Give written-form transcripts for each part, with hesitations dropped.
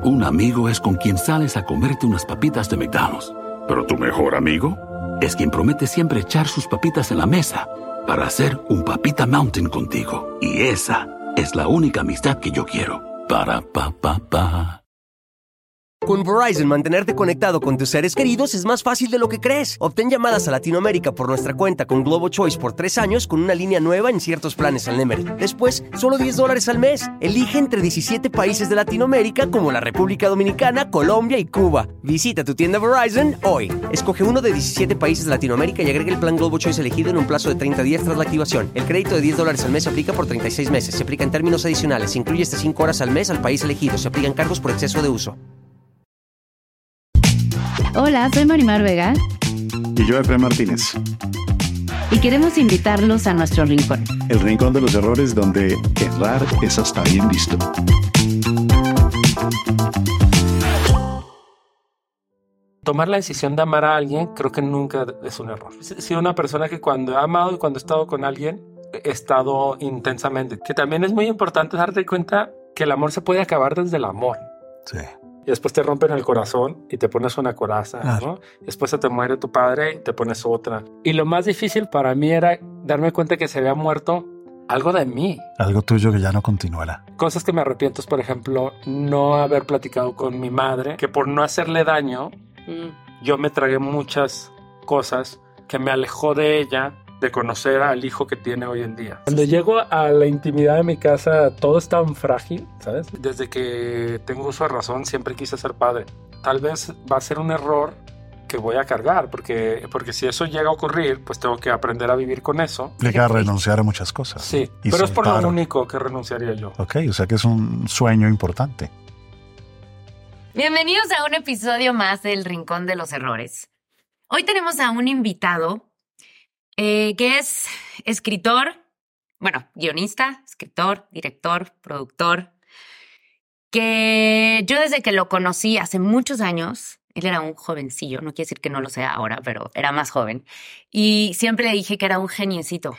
Un amigo es con quien sales a comerte unas papitas de McDonald's. Pero tu mejor amigo es quien promete siempre echar sus papitas en la mesa para hacer un Papita Mountain contigo. Y esa es la única amistad que yo quiero. Para, pa, pa, pa. Con Verizon, mantenerte conectado con tus seres queridos es más fácil de lo que crees. Obtén llamadas a Latinoamérica por nuestra cuenta con Globo Choice por 3 años con una línea nueva en ciertos planes al Nemery. Después, solo $10 al mes. Elige entre 17 países de Latinoamérica como la República Dominicana, Colombia y Cuba. Visita tu tienda Verizon hoy. Escoge uno de 17 países de Latinoamérica y agrega el plan Globo Choice elegido en un plazo de 30 días tras la activación. El crédito de $10 al mes se aplica por 36 meses. Se aplica en términos adicionales. Se incluye hasta 5 horas al mes al país elegido. Se aplican cargos por exceso de uso. Hola, soy Marimar Vega. Y yo, Efraín Martínez. Y queremos invitarlos a nuestro rincón. El rincón de los errores, donde errar es hasta bien visto. Tomar la decisión de amar a alguien creo que nunca es un error. He sido una persona que cuando he amado y cuando he estado con alguien, he estado intensamente. Que también es muy importante darte cuenta que el amor se puede acabar desde el amor. Sí. Y después te rompen el corazón y te pones una coraza, Claro. ¿no? Después se te muere tu padre y te pones otra. Y lo más difícil para mí era darme cuenta que se había muerto algo de mí. Algo tuyo que ya no continuará. Cosas que me arrepiento es, por ejemplo, no haber platicado con mi madre, que por no hacerle daño, yo me tragué muchas cosas que me alejó de ella, de conocer al hijo que tiene hoy en día. Cuando llego a la intimidad de mi casa, todo es tan frágil, ¿sabes? Desde que tengo uso de razón, siempre quise ser padre. Tal vez va a ser un error que voy a cargar, porque si eso llega a ocurrir, pues tengo que aprender a vivir con eso. Implica renunciar a muchas cosas. Sí, Y pero es por soltar. lo único que renunciaría yo. Ok, o sea que es un sueño importante. Bienvenidos a un episodio más del Rincón de los Errores. Hoy tenemos a un invitado que es escritor, bueno, guionista, escritor, director, productor, que yo desde que lo conocí hace muchos años, él era un jovencillo, no quiere decir que no lo sea ahora, pero era más joven, y siempre le dije que era un geniecito.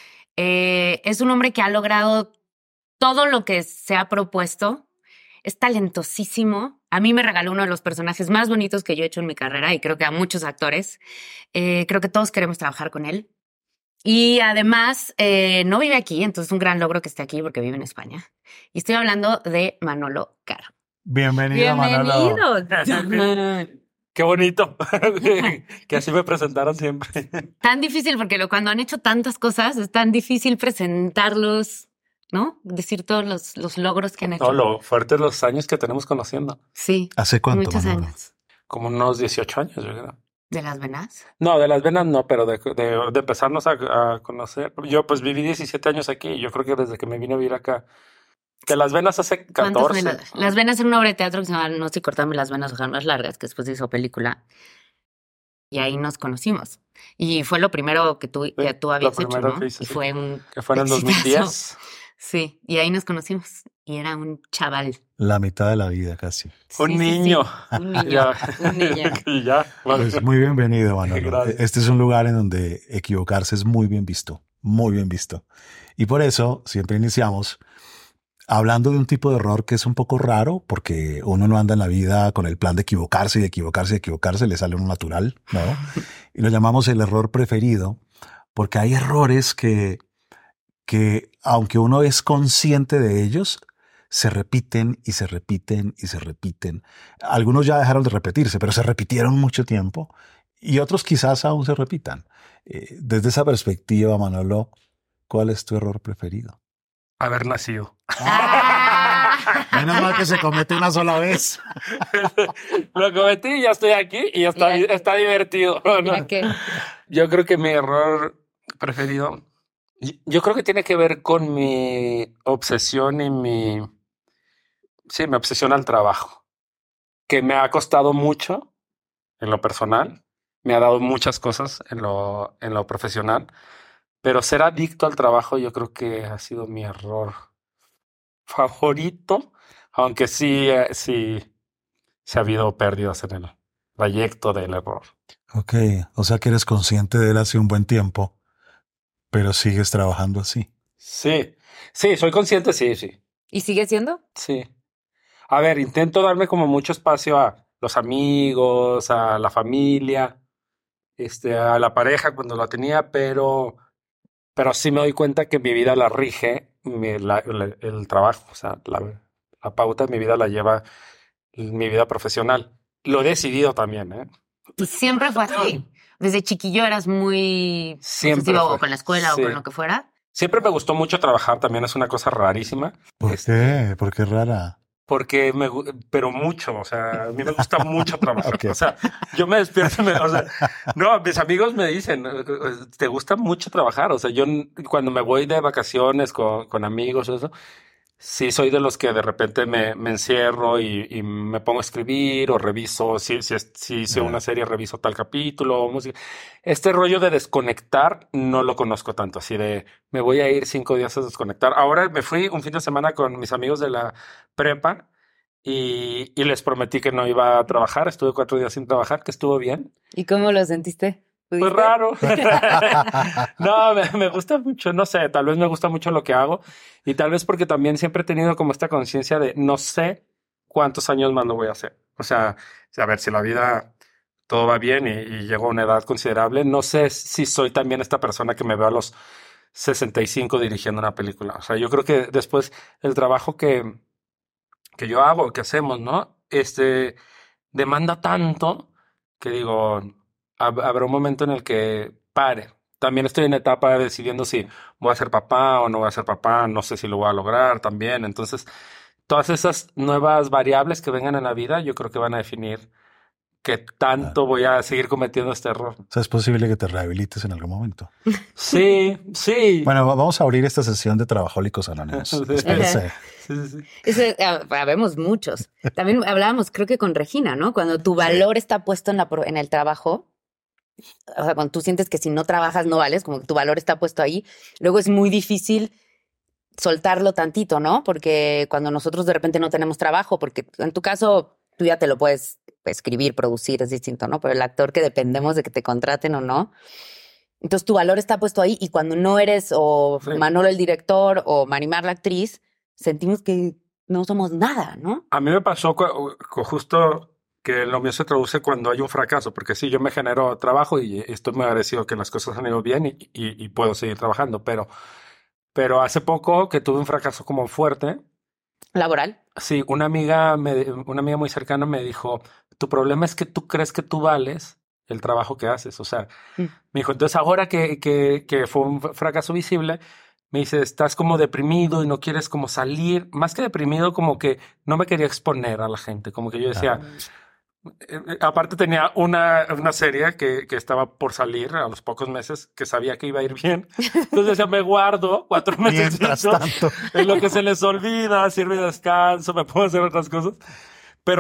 Es un hombre que ha logrado todo lo que se ha propuesto, es talentosísimo. A mí me regaló uno de los personajes más bonitos que yo he hecho en mi carrera y creo que a muchos actores. Creo que todos queremos trabajar con él. Y además, no vive aquí, entonces es un gran logro que esté aquí porque vive en España. Y estoy hablando de Manolo Caro. Bienvenido, Manolo. ¡Bienvenido! ¡Qué bonito! Que así me presentaron siempre. Tan difícil porque cuando han hecho tantas cosas es tan difícil presentarlos, ¿no? Decir todos los logros que han hecho. No, lo fuerte es los años que tenemos conociendo. Sí. ¿Hace cuánto, Muchos Manolo? años. Como unos 18 años, yo creo. ¿De las venas? No, de las venas no, pero de empezarnos a conocer. Yo pues viví 17 años aquí y yo creo que desde que me vine a vivir acá. De las venas hace 14. Las venas en una obra de teatro que se llama No sé cortarme las venas o dejar más largas, que después hizo película. Y ahí nos conocimos. Y fue lo primero que tú habías hecho, ¿no? Que hice, Y fue un que fue en el exitazo. 2010. Sí, y ahí nos conocimos. Y era un chaval. La mitad de la vida casi. Un niño. Sí. Un niño. Ya. Un niño. Y ya. Pues muy bienvenido, Manolo. Gracias. Este es un lugar en donde equivocarse es muy bien visto. Muy bien visto. Y por eso siempre iniciamos hablando de un tipo de error que es un poco raro, porque uno no anda en la vida con el plan de equivocarse y de equivocarse y de equivocarse, le sale uno natural, ¿no? Y lo llamamos el error preferido, porque hay errores que aunque uno es consciente de ellos, se repiten y se repiten y se repiten. Algunos ya dejaron de repetirse, pero se repitieron mucho tiempo y otros quizás aún se repitan. Desde esa perspectiva, Manolo, ¿cuál es tu error preferido? Haber nacido. Menos mal que se comete una sola vez. Lo cometí y ya estoy aquí y ya está divertido. ¿No? Mira que Yo creo que mi error preferido, yo creo que tiene que ver con mi obsesión y mi obsesión al trabajo, que me ha costado mucho en lo personal, me ha dado muchas cosas en lo profesional, pero ser adicto al trabajo yo creo que ha sido mi error favorito, aunque sí ha habido pérdidas en el trayecto del error. Ok, o sea que eres consciente de él hace un buen tiempo, pero sigues trabajando así. Sí, soy consciente, sí. ¿Y sigue siendo? Sí. A ver, intento darme como mucho espacio a los amigos, a la familia, a la pareja cuando la tenía, pero sí me doy cuenta que mi vida la rige el trabajo. O sea, la pauta de mi vida la lleva mi vida profesional. Lo he decidido también, ¿eh? Y siempre fue así. Desde chiquillo eras muy obsesivo o con la escuela o con lo que fuera. Siempre me gustó mucho trabajar, también es una cosa rarísima. ¿Por qué? ¿Por qué rara? Porque pero mucho, o sea, a mí me gusta mucho trabajar. Okay. O sea, yo me despierto, no, mis amigos me dicen, te gusta mucho trabajar. O sea, yo cuando me voy de vacaciones con amigos, eso, sí soy de los que de repente me encierro y me pongo a escribir o reviso, si hice una serie, reviso tal capítulo o música. Este rollo de desconectar no lo conozco tanto, así de me voy a ir 5 días a desconectar. Ahora me fui un fin de semana con mis amigos de la prepa y les prometí que no iba a trabajar. Estuve 4 días sin trabajar, que estuvo bien. ¿Y cómo lo sentiste? Pues raro. No, me gusta mucho, no sé, tal vez me gusta mucho lo que hago y tal vez porque también siempre he tenido como esta conciencia de no sé cuántos años más lo voy a hacer. O sea, a ver si la vida todo va bien y llego a una edad considerable, no sé si soy también esta persona que me veo a los 65 dirigiendo una película. O sea, yo creo que después el trabajo que yo hago, que hacemos, ¿no? Demanda tanto que digo, habrá un momento en el que pare. También estoy en etapa decidiendo si voy a ser papá o no voy a ser papá, no sé si lo voy a lograr también. Entonces, todas esas nuevas variables que vengan en la vida, yo creo que van a definir qué tanto voy a seguir cometiendo este error. O sea, es posible que te rehabilites en algún momento. Sí. Bueno, vamos a abrir esta sesión de Trabajólicos Anónimos. Espérense. Sí. Habemos muchos. También hablábamos, creo que con Regina, ¿no? Cuando tu valor está puesto en el trabajo, o sea, cuando tú sientes que si no trabajas no vales, como que tu valor está puesto ahí, luego es muy difícil soltarlo tantito, ¿no? Porque cuando nosotros de repente no tenemos trabajo, porque en tu caso tú ya te lo puedes escribir, producir, es distinto, ¿no? Pero el actor que dependemos de que te contraten o no. Entonces tu valor está puesto ahí y cuando no eres o Manolo el director o Marimar la actriz, sentimos que no somos nada, ¿no? A mí me pasó justo que lo mío se traduce cuando hay un fracaso, porque sí, yo me genero trabajo y estoy muy agradecido que las cosas han ido bien y puedo seguir trabajando, pero hace poco que tuve un fracaso como fuerte. ¿Laboral? Sí, una amiga muy cercana me dijo, tu problema es que tú crees que tú vales el trabajo que haces. O sea, me dijo, entonces ahora que fue un fracaso visible, me dice, estás como deprimido y no quieres como salir. Más que deprimido, como que no me quería exponer a la gente. Como que yo decía, aparte tenía una serie que estaba por salir a los pocos meses, que sabía que iba a ir bien. Entonces decía, me guardo 4 meses en lo que se les olvida, sirve de descanso, me puedo hacer otras cosas. Pero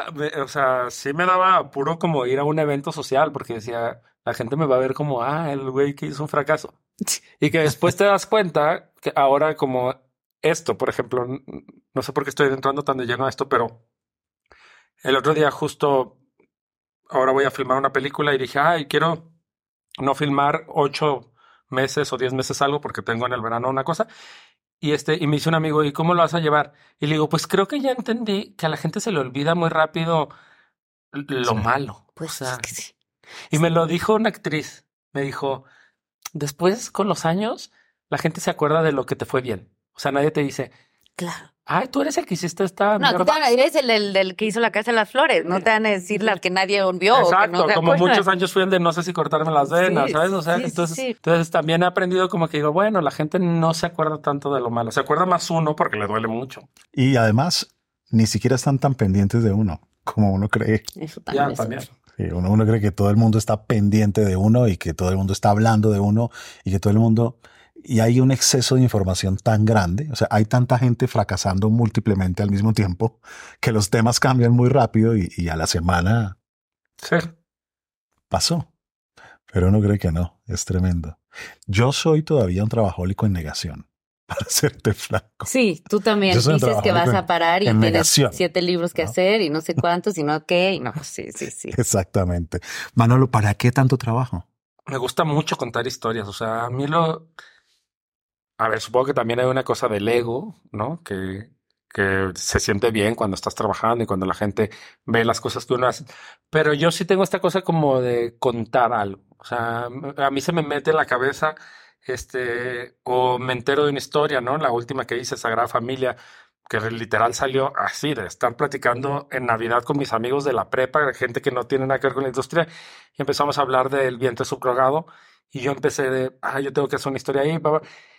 sí me daba apuro como ir a un evento social, porque decía, la gente me va a ver como, el güey que hizo un fracaso. Y que después te das cuenta que ahora como esto, por ejemplo, no sé por qué estoy entrando tan de lleno a esto, pero el otro día justo, ahora voy a filmar una película y dije, quiero no filmar 8 meses o 10 meses algo porque tengo en el verano una cosa. Y me dice un amigo, ¿y cómo lo vas a llevar? Y le digo, pues creo que ya entendí que a la gente se le olvida muy rápido lo malo. Pues es que sí. Y me lo dijo una actriz. Me dijo, después con los años, la gente se acuerda de lo que te fue bien. O sea, nadie te dice, claro. Tú eres el que hiciste esta... No, tú te van a decir, eres el que hizo la Casa de las Flores. No te van a decir la que nadie vio. Exacto, o que no como muchos años fui el de no sé si cortarme las venas, ¿sabes? O sea, entonces también he aprendido como que digo, bueno, la gente no se acuerda tanto de lo malo. Se acuerda más uno porque le duele mucho. Y además, ni siquiera están tan pendientes de uno como uno cree. Eso también. También. Sí, uno cree que todo el mundo está pendiente de uno y que todo el mundo está hablando de uno y que todo el mundo... Y hay un exceso de información tan grande, o sea, hay tanta gente fracasando múltiplemente al mismo tiempo que los temas cambian muy rápido y a la semana pasó. Pero uno cree que no, es tremendo. Yo soy todavía un trabajólico en negación, para serte franco. Sí, tú también dices que vas a parar y tienes negación. 7 libros que hacer y no sé cuántos y no qué, y no, sí. Exactamente. Manolo, ¿para qué tanto trabajo? Me gusta mucho contar historias, o sea, a mí A ver, supongo que también hay una cosa del ego, ¿no? Que que se siente bien cuando estás trabajando y cuando la gente ve las cosas que uno hace. Pero yo sí tengo esta cosa como de contar algo. O sea, a mí se me mete en la cabeza, o me entero de una historia, ¿no? La última que hice, Sagrada Familia, que literal salió así, de estar platicando en Navidad con mis amigos de la prepa, de gente que no tiene nada que ver con la industria, y empezamos a hablar del vientre subrogado, y yo empecé yo tengo que hacer una historia ahí,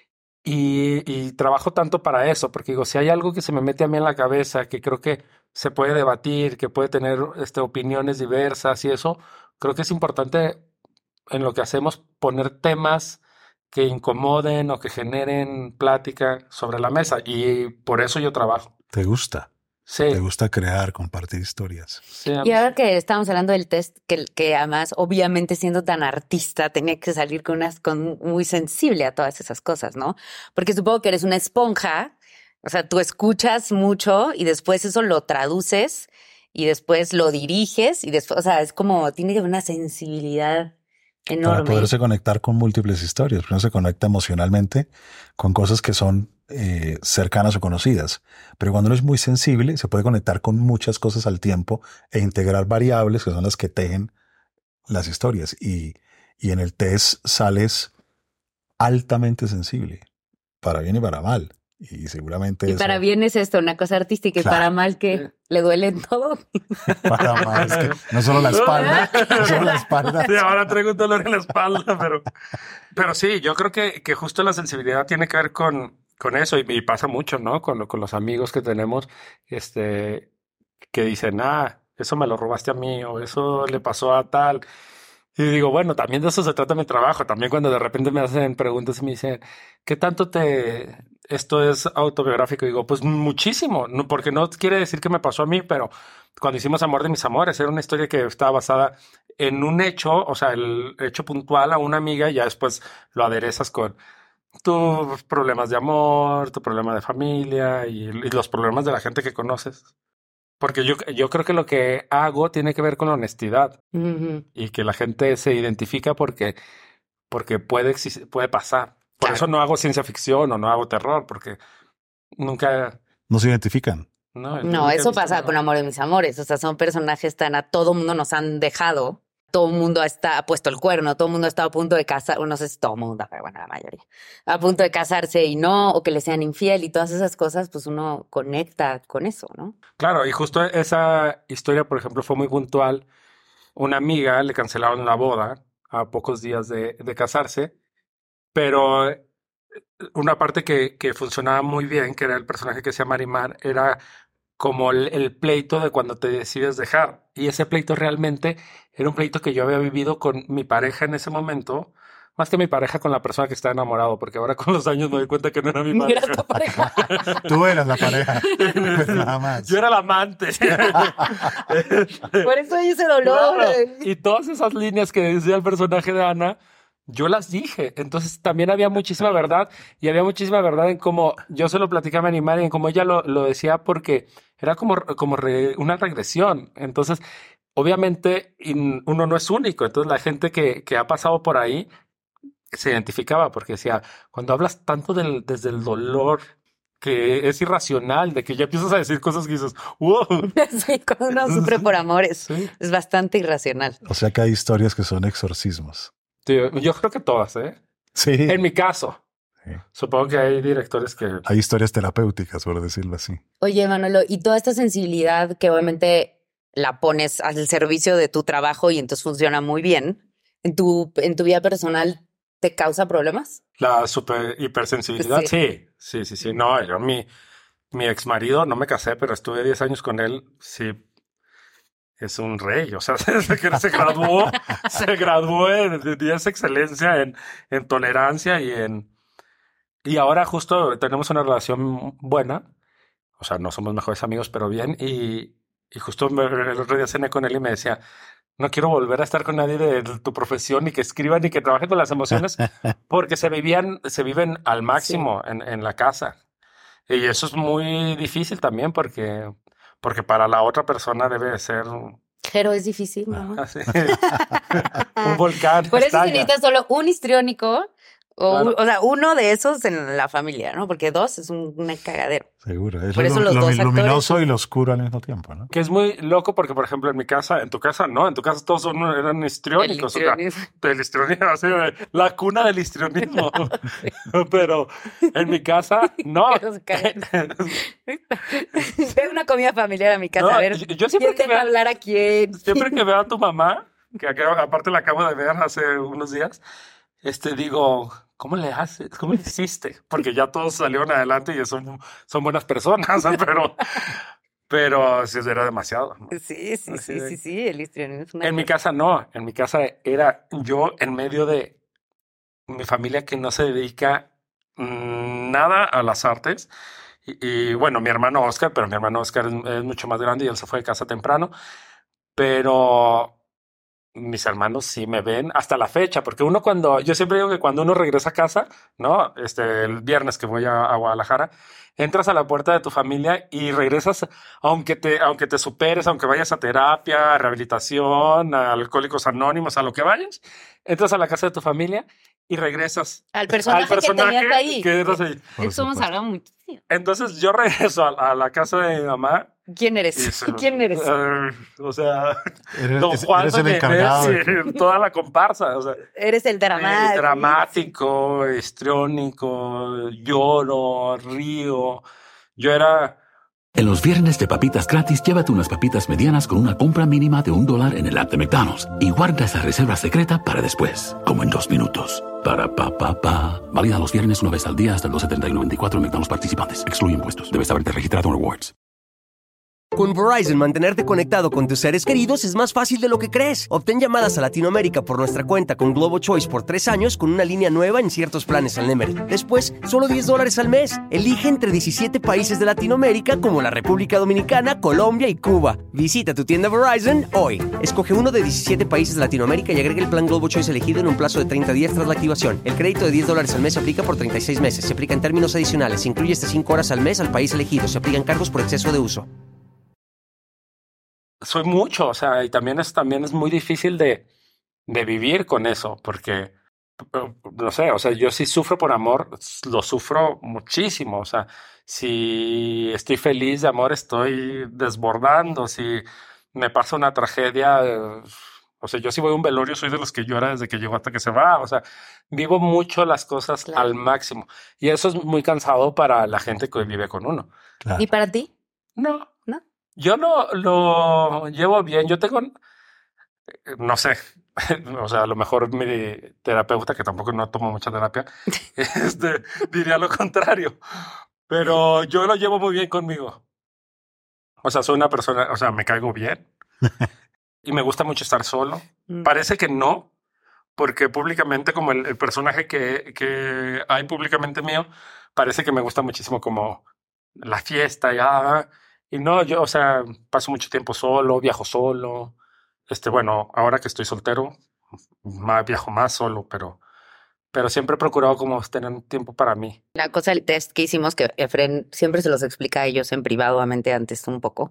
y trabajo tanto para eso, porque digo, si hay algo que se me mete a mí en la cabeza, que creo que se puede debatir, que puede tener opiniones diversas y eso, creo que es importante en lo que hacemos poner temas que incomoden o que generen plática sobre la mesa, y por eso yo trabajo. ¿Te gusta? Sí. ¿Te gusta crear, compartir historias? Sí, Y ahora que estábamos hablando del test, que además, obviamente siendo tan artista, tenía que salir con muy sensible a todas esas cosas, ¿no? Porque supongo que eres una esponja, o sea, tú escuchas mucho y después eso lo traduces y después lo diriges y después, o sea, es como, tiene que haber una sensibilidad enorme. Para poderse conectar con múltiples historias. Uno se conecta emocionalmente con cosas que son cercanas o conocidas. Pero cuando uno es muy sensible, se puede conectar con muchas cosas al tiempo e integrar variables que son las que tejen las historias. Y en el test sales altamente sensible, para bien y para mal. Y seguramente Y eso, para bien es esto, una cosa artística, Claro. y para mal que le duele todo. para mal es que no solo la espalda, no solo la espalda. Sí, ahora traigo un dolor en la espalda, pero sí, yo creo que justo la sensibilidad tiene que ver con eso, y pasa mucho, ¿no? Con los amigos que tenemos, que dicen, eso me lo robaste a mí, o eso le pasó a tal. Y digo, bueno, también de eso se trata mi trabajo. También cuando de repente me hacen preguntas y me dicen, ¿qué tanto esto es autobiográfico? Y digo, pues muchísimo, no, porque no quiere decir que me pasó a mí, pero cuando hicimos Amor de mis amores, era una historia que estaba basada en un hecho, o sea, el hecho puntual a una amiga, y ya después lo aderezas con tus problemas de amor, tu problema de familia y los problemas de la gente que conoces. Porque yo creo que lo que hago tiene que ver con la honestidad. Ujú. Y que la gente se identifica porque puede pasar. Por Claro. eso no hago ciencia ficción o no hago terror, porque nunca... No se identifican. No, No, eso pasa con Amor de mis amores. O sea, son personajes a todo mundo nos han dejado. Todo el mundo ha puesto el cuerno, todo el mundo ha estado a punto de casar, no sé si todo el mundo, pero bueno, la mayoría, a punto de casarse y no, o que le sean infiel y todas esas cosas, pues uno conecta con eso, ¿no? Claro, y justo esa historia, por ejemplo, fue muy puntual. Una amiga le cancelaron la boda a pocos días de casarse, pero una parte que funcionaba muy bien, que era el personaje que se llama Marimar, era como el pleito de cuando te decides dejar. Y ese pleito realmente era un pleito que yo había vivido con mi pareja en ese momento, más que mi pareja, con la persona que está enamorado, porque ahora con los años me doy cuenta que no era mi Era pareja. tu pareja. Tú eras la pareja. Pues nada más. Yo era el amante. Por eso hay ese dolor. Claro. Y todas esas líneas que decía el personaje de Ana, yo las dije. Entonces también había muchísima verdad, y había muchísima verdad en cómo yo se lo platicaba a Animar y en cómo ella lo decía, porque era como una regresión. Entonces, obviamente, uno no es único. Entonces la gente que ha pasado por ahí se identificaba, porque decía, cuando hablas tanto desde el dolor, que es irracional, de que ya empiezas a decir cosas que dices, wow. Sí, cuando uno sufre por amores, Sí. es bastante irracional. O sea que hay historias que son exorcismos. Sí, yo creo que todas, ¿eh? Sí. En mi caso. Sí. Supongo que hay directores que... Hay historias terapéuticas, por decirlo así. Oye, Manolo, y toda esta sensibilidad que obviamente la pones al servicio de tu trabajo y entonces funciona muy bien, ¿en tu vida personal te causa problemas? La super hipersensibilidad, sí. No, yo mi ex marido, no me casé, pero estuve 10 años con él, sí. Es un rey, o sea, desde que se graduó de 10 excelencia en tolerancia y ahora justo tenemos una relación buena, o sea, no somos mejores amigos, pero bien, y justo el otro día cené con él y me decía, no quiero volver a estar con nadie de tu profesión, ni que escriban, ni que trabajen con las emociones, porque se viven al máximo en la casa. Y eso es muy difícil también, porque para la otra persona debe ser Pero es difícil, ¿no? así, un volcán. Por eso se estalla. necesita solo un histriónico, O sea, uno de esos en la familia, ¿no? Porque dos es un cagadero. Seguro. Es por eso los lo dos luminoso actores. y lo oscuro al mismo tiempo, ¿no? Que es muy loco porque, por ejemplo, en tu casa no, en tu casa todos eran histriónicos. El histrionismo. O sea, del histrionismo, así, la cuna del histrionismo. Pero en mi casa, no. Ve una comida familiar a mi casa, No, a ver, yo siempre ¿quién deja hablar a quién? Siempre que veo a tu mamá, que aparte la acabo de ver hace unos días, digo, ¿cómo le haces? ¿Cómo le hiciste? Porque ya todos salieron adelante y son buenas personas, pero sí era demasiado, ¿no? Sí, el histrionismo es una En mi casa no, en mi casa era yo en medio de mi familia que no se dedica nada a las artes. Y bueno, mi hermano Oscar es mucho más grande y él se fue de casa temprano, pero mis hermanos sí me ven hasta la fecha, porque yo siempre digo que cuando uno regresa a casa, ¿no? El viernes que voy a Guadalajara, entras a la puerta de tu familia y regresas, aunque te superes, aunque vayas a terapia, a rehabilitación, a Alcohólicos Anónimos, a lo que vayas, entras a la casa de tu familia y regresas al personaje que tenías ahí. Que eras ahí. Eso hemos hablado muchísimo. Entonces yo regreso a la casa de mi mamá. ¿Quién eres? ¿Quién eres? O sea, Eres Juan el encargado. toda la comparsa. O sea, eres el dramático. Dramático, histriónico, lloro, río. Yo era... En los viernes de papitas gratis, llévate unas papitas medianas con una compra mínima de $1 en el app de McDonald's y guarda esa reserva secreta para después, como en 2 minutos. Pa. Válida los viernes una vez al día hasta el 12/31/24 en McDonald's participantes. Excluye impuestos. Debes haberte registrado en Rewards. Con Verizon, mantenerte conectado con tus seres queridos es más fácil de lo que crees. Obtén llamadas a Latinoamérica por nuestra cuenta con Globo Choice por 3 años con una línea nueva en ciertos planes al Nemery. Después, solo $10 al mes. Elige entre 17 países de Latinoamérica como la República Dominicana, Colombia y Cuba. Visita tu tienda Verizon hoy. Escoge uno de 17 países de Latinoamérica y agrega el plan Globo Choice elegido en un plazo de 30 días tras la activación. El crédito de $10 al mes se aplica por 36 meses. Se aplica en términos adicionales. Se incluye hasta 5 horas al mes al país elegido. Se aplican cargos por exceso de uso. Soy mucho, o sea, y también es muy difícil de vivir con eso, porque, no sé, o sea, yo sí sufro por amor, lo sufro muchísimo, o sea, si estoy feliz de amor, estoy desbordando, si me pasa una tragedia, o sea, yo si voy a un velorio, soy de los que llora desde que llegó hasta que se va, o sea, vivo mucho las cosas al máximo, y eso es muy cansado para la gente que vive con uno. Claro. ¿Y para ti? No. ¿No? Yo lo llevo bien. Yo tengo, no sé, o sea, a lo mejor mi terapeuta, que tampoco no tomo mucha terapia, diría lo contrario. Pero yo lo llevo muy bien conmigo. O sea, soy una persona, o sea, me caigo bien y me gusta mucho estar solo. Parece que no, porque públicamente, como el personaje que hay públicamente mío, parece que me gusta muchísimo como la fiesta y no, yo, o sea, paso mucho tiempo solo, viajo solo. Bueno, ahora que estoy soltero, viajo más solo, pero siempre he procurado como tener un tiempo para mí. La cosa del test que hicimos, que Efren siempre se los explica a ellos en privado antes un poco.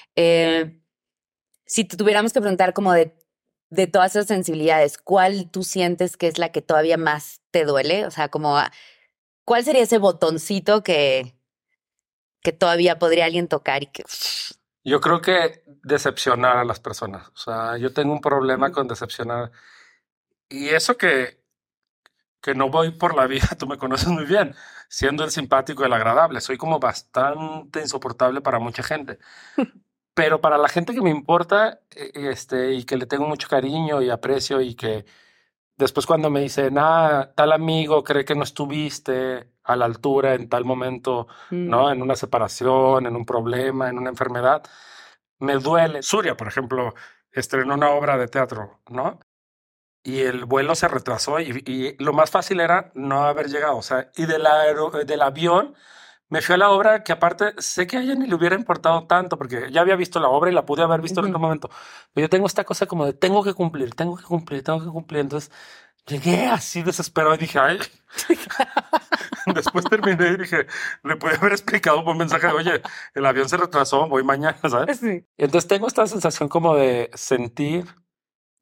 Si te tuviéramos que preguntar como de todas esas sensibilidades, ¿cuál tú sientes que es la que todavía más te duele? O sea, como, ¿cuál sería ese botoncito que todavía podría alguien tocar y que... Yo creo que decepcionar a las personas. O sea, yo tengo un problema con decepcionar. Y eso que no voy por la vida, tú me conoces muy bien, siendo el simpático y el agradable. Soy como bastante insoportable para mucha gente. Pero para la gente que me importa y que le tengo mucho cariño y aprecio y que después cuando me dicen, tal amigo cree que no estuviste a la altura en tal momento, ¿no? En una separación, en un problema, en una enfermedad, me duele. Suria, por ejemplo, estrenó una obra de teatro, ¿no? Y el vuelo se retrasó y lo más fácil era no haber llegado. O sea, y del avión me fui a la obra que aparte sé que a ella ni le hubiera importado tanto porque ya había visto la obra y la pude haber visto en otro momento. Pero yo tengo esta cosa como de tengo que cumplir. Entonces llegué así desesperado y dije, ay. Después terminé y dije, le pude haber explicado por mensaje de, oye, el avión se retrasó, voy mañana, ¿sabes? Sí. Y entonces tengo esta sensación como de sentir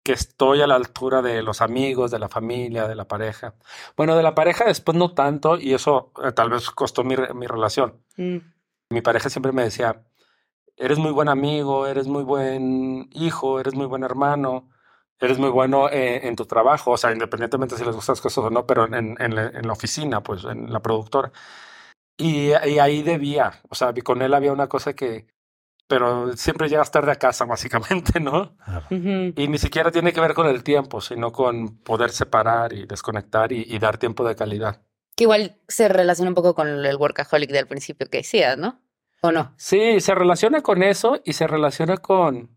que estoy a la altura de los amigos, de la familia, de la pareja. Bueno, de la pareja después no tanto, y eso tal vez costó mi relación. Mi pareja siempre me decía, eres muy buen amigo, eres muy buen hijo, eres muy buen hermano, eres muy bueno en tu trabajo, o sea, independientemente si les gustan las cosas o no, pero en la oficina, pues, en la productora. Y ahí debía, o sea, con él había una cosa que, pero siempre llegas tarde a casa, básicamente, ¿no? Y ni siquiera tiene que ver con el tiempo, sino con poder separar y desconectar y dar tiempo de calidad. Que igual se relaciona un poco con el workaholic del principio que decías, ¿no? ¿O no? Sí, se relaciona con eso y se relaciona con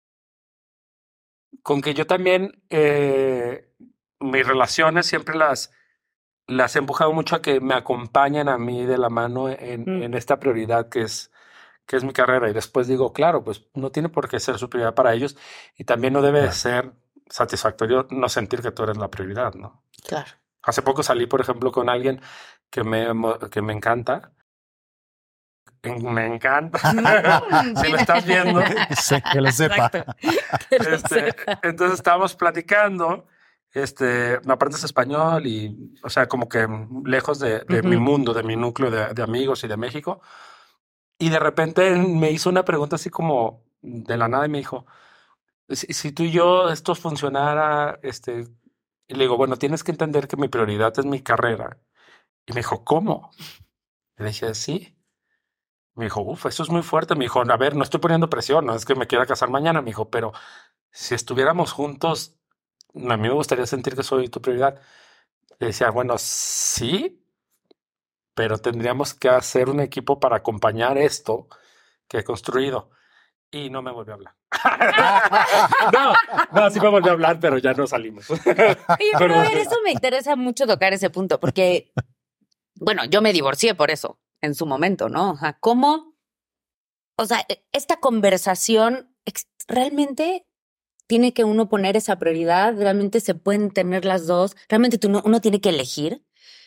que yo también mis relaciones siempre las he empujado mucho a que me acompañen a mí de la mano en esta prioridad que es mi carrera. Y después digo, claro, pues no tiene por qué ser su prioridad para ellos y también no debe de ser satisfactorio no sentir que tú eres la prioridad, ¿no? Claro. Hace poco salí, por ejemplo, con alguien que me encanta. Me encanta. Si lo estás viendo. Que lo sepa. Entonces estábamos platicando. Aparte es español y, o sea, como que lejos de mi mundo, de mi núcleo de amigos y de México. Y de repente me hizo una pregunta así como de la nada y me dijo, si tú y yo esto funcionara, y le digo, bueno, tienes que entender que mi prioridad es mi carrera. Y me dijo, ¿cómo? Y le dije, sí. Me dijo, eso es muy fuerte. Me dijo, a ver, no estoy poniendo presión, no es que me quiera casar mañana. Me dijo, pero si estuviéramos juntos, a mí me gustaría sentir que soy tu prioridad. Le decía, bueno, sí, pero tendríamos que hacer un equipo para acompañar esto que he construido. Y no me volvió a hablar. No, sí me volvió a hablar, pero ya no salimos. Oye, pero a ver, eso me interesa mucho tocar ese punto, porque, bueno, yo me divorcié por eso en su momento, ¿no? O sea, ¿cómo? O sea, esta conversación realmente tiene que uno poner esa prioridad, realmente se pueden tener las dos, realmente uno tiene que elegir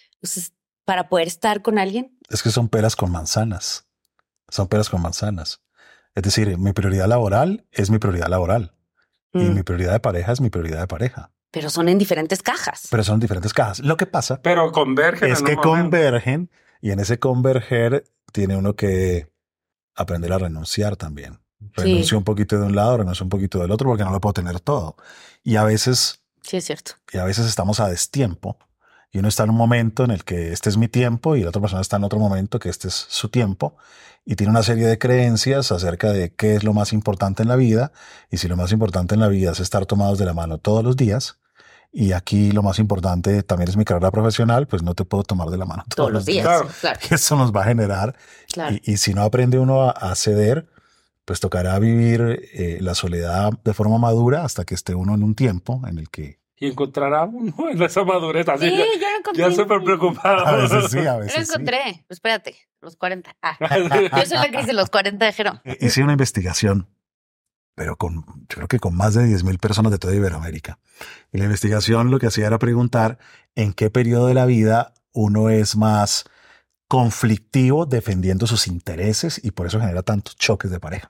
para poder estar con alguien. Es que son peras con manzanas. Son peras con manzanas. Es decir, mi prioridad laboral es mi prioridad laboral. Y mi prioridad de pareja es mi prioridad de pareja. Pero son en diferentes cajas. Pero son diferentes cajas. Lo que pasa... Pero convergen. Es que convergen y en ese converger tiene uno que aprender a renunciar también. Renuncio un poquito de un lado, renuncio un poquito del otro porque no lo puedo tener todo. Y a veces... Sí, es cierto. Y a veces estamos a destiempo y uno está en un momento en el que este es mi tiempo y la otra persona está en otro momento que este es su tiempo y tiene una serie de creencias acerca de qué es lo más importante en la vida y si lo más importante en la vida es estar tomados de la mano todos los días y aquí lo más importante también es mi carrera profesional, pues no te puedo tomar de la mano todos los días. Claro. Eso nos va a generar y si no aprende uno a ceder, pues tocará vivir la soledad de forma madura hasta que esté uno en un tiempo en el que... Y encontrará uno en esa madurez. Así sí, yo lo encontré. Ya súper preocupado. A veces sí, a veces lo encontré. Sí. Espérate, los 40. Yo soy la que hice los 40 de Jero. Hice una investigación, pero yo creo que con más de 10,000 personas de toda Iberoamérica. Y la investigación lo que hacía era preguntar en qué periodo de la vida uno es más conflictivo defendiendo sus intereses y por eso genera tantos choques de pareja.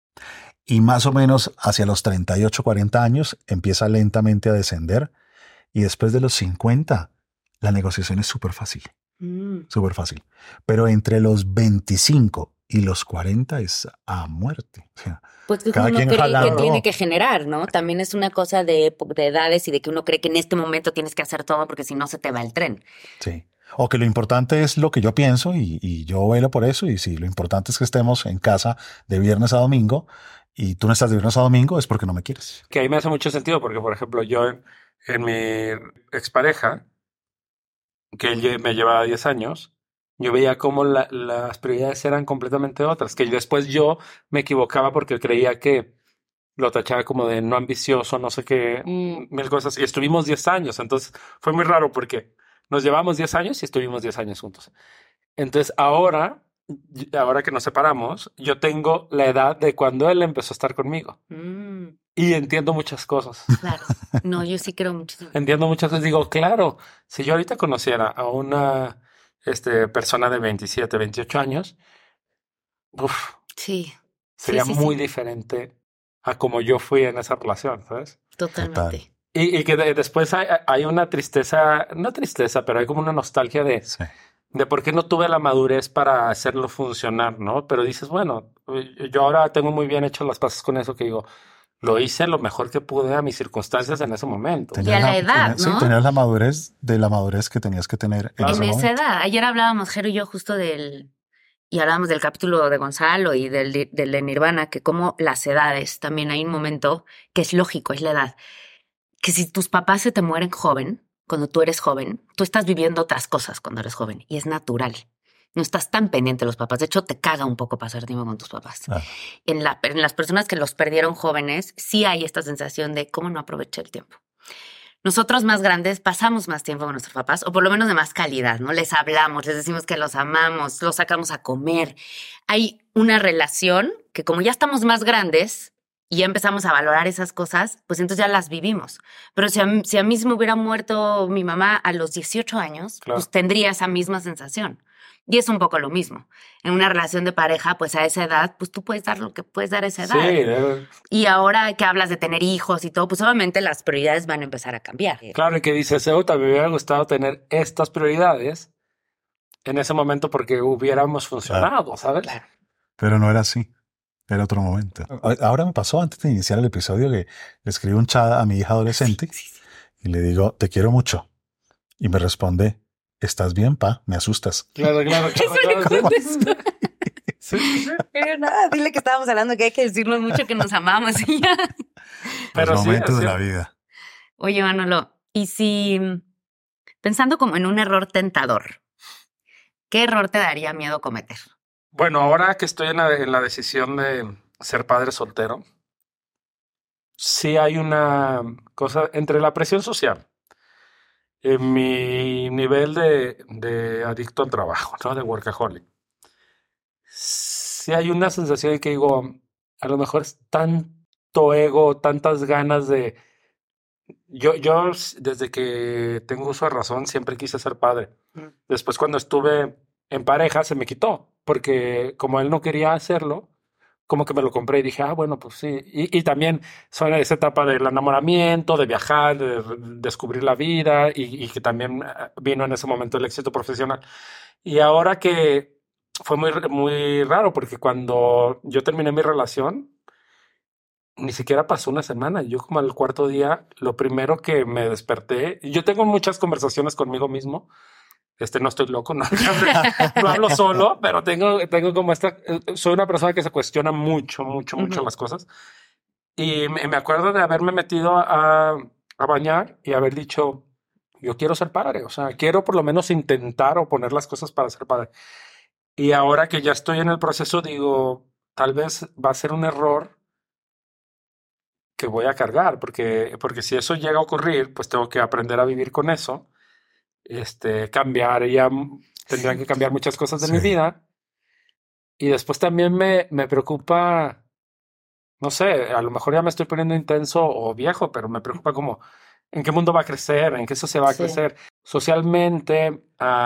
Y más o menos hacia los 38, 40 años empieza lentamente a descender y después de los 50 la negociación es súper fácil. Súper fácil. Pero entre los 25 y los 40 es a muerte. O sea, pues que cada uno cree que tiene que generar, ¿no? También es una cosa de edades y de que uno cree que en este momento tienes que hacer todo porque si no se te va el tren. Sí. O que lo importante es lo que yo pienso y yo velo por eso y si lo importante es que estemos en casa de viernes a domingo y tú no estás de viernes a domingo es porque no me quieres. Que ahí me hace mucho sentido porque, por ejemplo, yo en mi expareja, que él me llevaba 10 años, yo veía cómo las prioridades eran completamente otras, que después yo me equivocaba porque creía que lo tachaba como de no ambicioso, no sé qué, mil cosas. Y estuvimos 10 años, entonces fue muy raro porque nos llevamos 10 años y estuvimos 10 años juntos. Entonces ahora que nos separamos, yo tengo la edad de cuando él empezó a estar conmigo. Y entiendo muchas cosas. Claro. No, yo sí creo mucho. Entiendo muchas cosas. Digo, claro, si yo ahorita conociera a una persona de 27, 28 años, sí, sería muy diferente a como yo fui en esa relación, ¿sabes? Totalmente. Y que después hay una tristeza, no tristeza, pero hay como una nostalgia de por qué no tuve la madurez para hacerlo funcionar, ¿no? Pero dices, bueno, yo ahora tengo muy bien hecho las paces con eso, que digo, lo hice lo mejor que pude a mis circunstancias en ese momento. Y a la edad, ¿no? Sí, tenías la madurez que tenías que tener en ese En esa momento. edad. Ayer hablábamos, Jero y yo, justo y hablábamos del capítulo de Gonzalo y del de Nirvana, que como las edades, también hay un momento que es lógico, es la edad. Que si tus papás se te mueren joven, cuando tú eres joven, tú estás viviendo otras cosas cuando eres joven y es natural. No estás tan pendiente de los papás. De hecho, te caga un poco pasar tiempo con tus papás. Ah. En las personas que los perdieron jóvenes, sí hay esta sensación de cómo no aproveché el tiempo. Nosotros más grandes pasamos más tiempo con nuestros papás, o por lo menos de más calidad, ¿no? Les hablamos, les decimos que los amamos, los sacamos a comer. Hay una relación que como ya estamos más grandes y ya empezamos a valorar esas cosas, pues entonces ya las vivimos. Pero si a mí se me hubiera muerto mi mamá a los 18 años, Claro. pues tendría esa misma sensación. Y es un poco lo mismo. En una relación de pareja, pues a esa edad, pues tú puedes dar lo que puedes dar a esa edad. Sí, Y ahora que hablas de tener hijos y todo, pues obviamente las prioridades van a empezar a cambiar. claro, y que dices, me hubiera gustado tener estas prioridades en ese momento porque hubiéramos funcionado, ¿sabes? Claro. Pero no era así. Era otro momento. Ahora me pasó antes de iniciar el episodio que le escribo un chat a mi hija adolescente y le digo, te quiero mucho. Y me responde, ¿estás bien, pa? Me asustas. Claro. Sí. Pero nada, dile que estábamos hablando que hay que decirnos mucho que nos amamos y ya. Pero Los sí, momentos de así- la vida. Oye, Manolo, y si pensando como en un error tentador, ¿qué error te daría miedo cometer? Bueno, ahora que estoy en la decisión de ser padre soltero, sí hay una cosa entre la presión social, en mi nivel de adicto al trabajo, ¿no? De workaholic. Sí hay una sensación de que digo, a lo mejor es tanto ego, tantas ganas de... Desde que tengo uso de razón siempre quise ser padre. Después cuando estuve en pareja se me quitó, porque como él no quería hacerlo, como que me lo compré y dije, bueno, pues sí. Y también son esa etapa del enamoramiento, de viajar, de descubrir la vida y que también vino en ese momento el éxito profesional. Y ahora que fue muy raro, porque cuando yo terminé mi relación, ni siquiera pasó una semana. Yo como al cuarto día, lo primero que me desperté, yo tengo muchas conversaciones conmigo mismo. No estoy loco, no, no hablo solo, pero tengo como soy una persona que se cuestiona mucho las cosas. Y me acuerdo de haberme metido a bañar y haber dicho, yo quiero ser padre, o sea, quiero por lo menos intentar o poner las cosas para ser padre. Y ahora que ya estoy en el proceso, digo, tal vez va a ser un error que voy a cargar, porque si eso llega a ocurrir, pues tengo que aprender a vivir con eso. Tendrán que cambiar muchas cosas de mi vida. Y después también me preocupa, no sé, a lo mejor ya me estoy poniendo intenso o viejo, pero me preocupa como en qué mundo va a crecer, en qué sociedad va a crecer. Socialmente,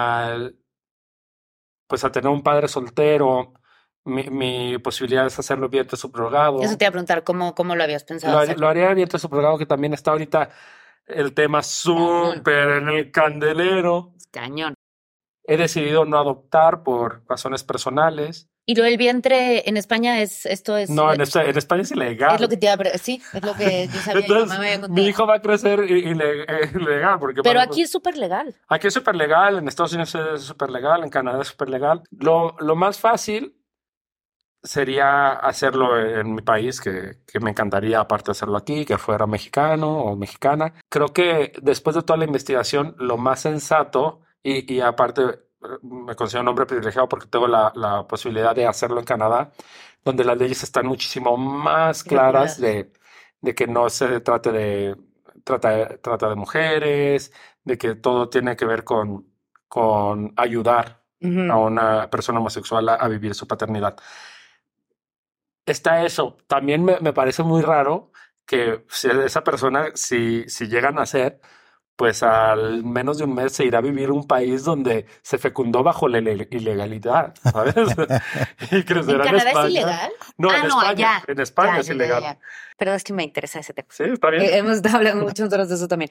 pues a tener un padre soltero, mi posibilidad es hacerlo vientre subrogado. Eso te iba a preguntar, ¿cómo lo habías pensado hacer? Lo haría vientre subrogado, que también está ahorita el tema súper en el candelero. Cañón. He decidido no adoptar por razones personales. ¿Y lo del vientre en España esto es? No, en España es ilegal. Es lo que te iba a sí, es lo que yo sabía. Entonces, me había contado. mi hijo va a crecer ilegal. Porque, Pero bueno, aquí es súper legal. Aquí es súper legal, en Estados Unidos es súper legal, en Canadá es súper legal. Lo más fácil sería hacerlo en mi país, que me encantaría aparte hacerlo aquí, que fuera mexicano o mexicana. Creo que después de toda la investigación, lo más sensato, y aparte me considero un hombre privilegiado porque tengo la posibilidad de hacerlo en Canadá, donde las leyes están muchísimo más claras de que no se trate de trata de mujeres, de que todo tiene que ver con ayudar a una persona homosexual a vivir su paternidad. Está eso. También me parece muy raro que esa persona, si llegan a ser, pues al menos de un mes se irá a vivir a un país donde se fecundó bajo la ilegalidad, ¿sabes? Y crecerá ¿En Canadá es ilegal? No, en España. Allá. En España Ya, es ilegal. ya. Pero es que me interesa ese tema. Sí, está bien. Hemos estado hablando muchas horas de eso también.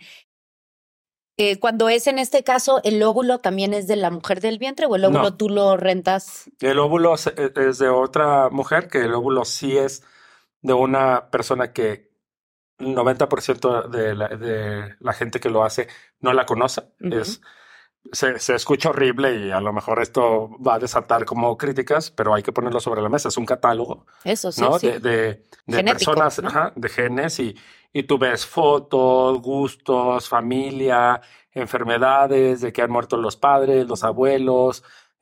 Cuando es en este caso, ¿el óvulo también es de la mujer del vientre o el óvulo tú lo rentas? El óvulo es de otra mujer, que el óvulo sí es de una persona que el 90% de la gente que lo hace no la conoce. Uh-huh. Se escucha horrible y a lo mejor esto va a desatar como críticas, pero hay que ponerlo sobre la mesa. Es un catálogo, eso sí, ¿no? Sí. De Genético, personas, ¿no? Ajá, de genes y tú ves fotos, gustos, familia, enfermedades, de que han muerto los padres, los abuelos.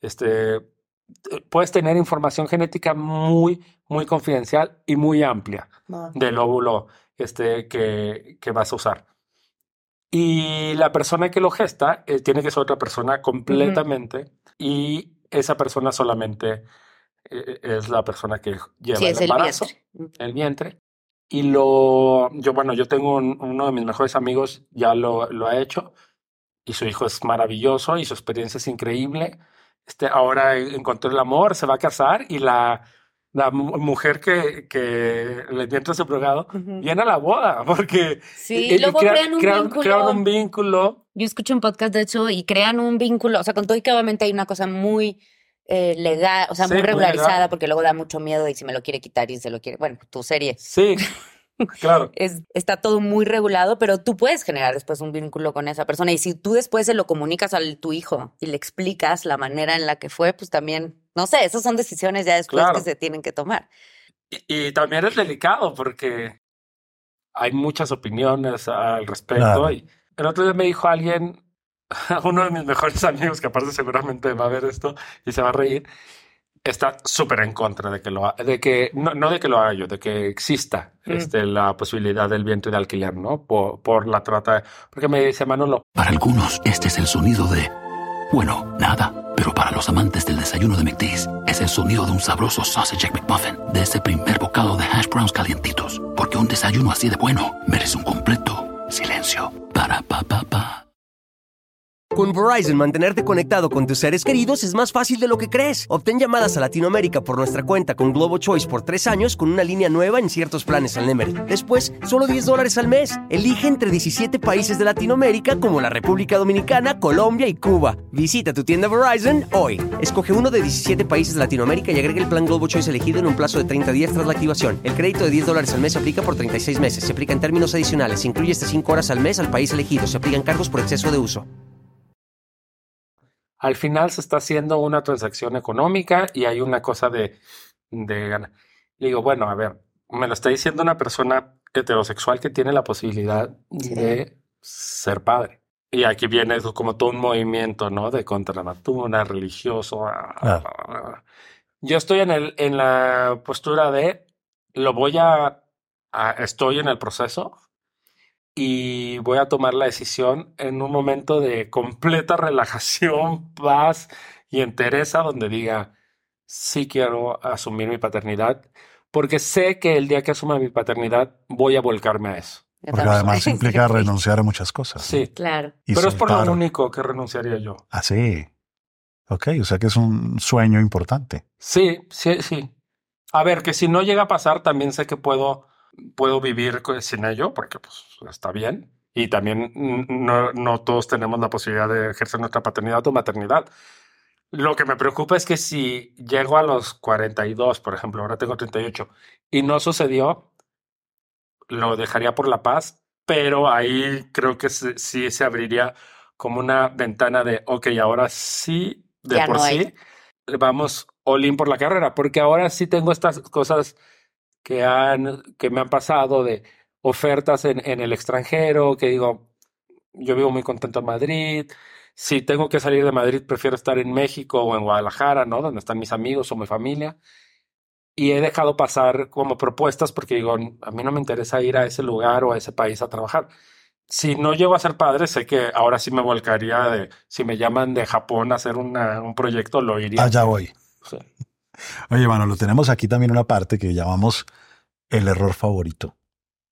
Puedes tener información genética muy, muy confidencial y muy amplia del óvulo que vas a usar. Y la persona que lo gesta tiene que ser otra persona completamente, y esa persona solamente es la persona que lleva el embarazo, el vientre. Y yo tengo uno de mis mejores amigos, ya lo ha hecho, y su hijo es maravilloso y su experiencia es increíble. Ahora encontró el amor, se va a casar, y la mujer que le vientre subrogado viene a la boda, porque sí, luego crean un vínculo. Yo escuché un podcast de hecho y crean un vínculo, o sea, con todo y que obviamente hay una cosa muy legal, o sea, muy regularizada, porque luego da mucho miedo y si me lo quiere quitar y se lo quiere, bueno, tu serie. Sí, claro. Está todo muy regulado, pero tú puedes generar después un vínculo con esa persona, y si tú después se lo comunicas a tu hijo y le explicas la manera en la que fue, pues también, no sé, esas son decisiones ya después que se tienen que tomar. Y también es delicado porque hay muchas opiniones al respecto. Claro. Y el otro día me dijo alguien, uno de mis mejores amigos, que aparte seguramente va a ver esto y se va a reír, está súper en contra de que no de que lo haga yo, de que exista la posibilidad del vientre de alquiler, ¿no? Por la trata. Porque me dice Manolo. Para algunos, este es el sonido de, bueno, nada. Pero para los amantes del desayuno de McDee's, es el sonido de un sabroso sausage egg McMuffin, de ese primer bocado de hash browns calientitos. Porque un desayuno así de bueno merece un completo silencio. Para pa pa pa. Con Verizon, mantenerte conectado con tus seres queridos es más fácil de lo que crees. Obtén llamadas a Latinoamérica por nuestra cuenta con Globo Choice por 3 años con una línea nueva en ciertos planes al Nemery. Después, solo $10 al mes. Elige entre 17 países de Latinoamérica como la República Dominicana, Colombia y Cuba. Visita tu tienda Verizon hoy. Escoge uno de 17 países de Latinoamérica y agrega el plan Globo Choice elegido en un plazo de 30 días tras la activación. El crédito de $10 al mes se aplica por 36 meses. Se aplica en términos adicionales. Se incluye hasta 5 horas al mes al país elegido. Se aplican cargos por exceso de uso. Al final se está haciendo una transacción económica y hay una cosa de ganar. Digo, bueno, a ver, me lo está diciendo una persona heterosexual que tiene la posibilidad de ser padre. Y aquí viene como todo un movimiento, ¿no? De contra la natura, religioso. Yo estoy en la postura de estoy en el proceso. Y voy a tomar la decisión en un momento de completa relajación, paz y entereza, donde diga, sí quiero asumir mi paternidad, porque sé que el día que asuma mi paternidad voy a volcarme a eso. Porque además implica renunciar a muchas cosas. Sí, ¿no? Claro. Pero es por lo único que renunciaría yo. Ah, sí. Ok, o sea que es un sueño importante. Sí. A ver, que si no llega a pasar, también sé que puedo vivir sin ello, porque pues está bien. Y también no todos tenemos la posibilidad de ejercer nuestra paternidad o maternidad. Lo que me preocupa es que si llego a los 42, por ejemplo, ahora tengo 38, y no sucedió, lo dejaría por la paz, pero ahí creo que sí se abriría como una ventana de, ok, ahora sí, ya por sí, vamos all in por la carrera, porque ahora sí tengo estas cosas que me han pasado de ofertas en el extranjero, que digo, yo vivo muy contento en Madrid. Si tengo que salir de Madrid, prefiero estar en México o en Guadalajara, ¿no? Donde están mis amigos o mi familia. Y he dejado pasar como propuestas porque digo, a mí no me interesa ir a ese lugar o a ese país a trabajar. Si no llego a ser padre, sé que ahora sí me volcaría si me llaman de Japón a hacer un proyecto, lo iría. Allá voy. Sí. Oye, Manolo, tenemos aquí también una parte que llamamos el error favorito,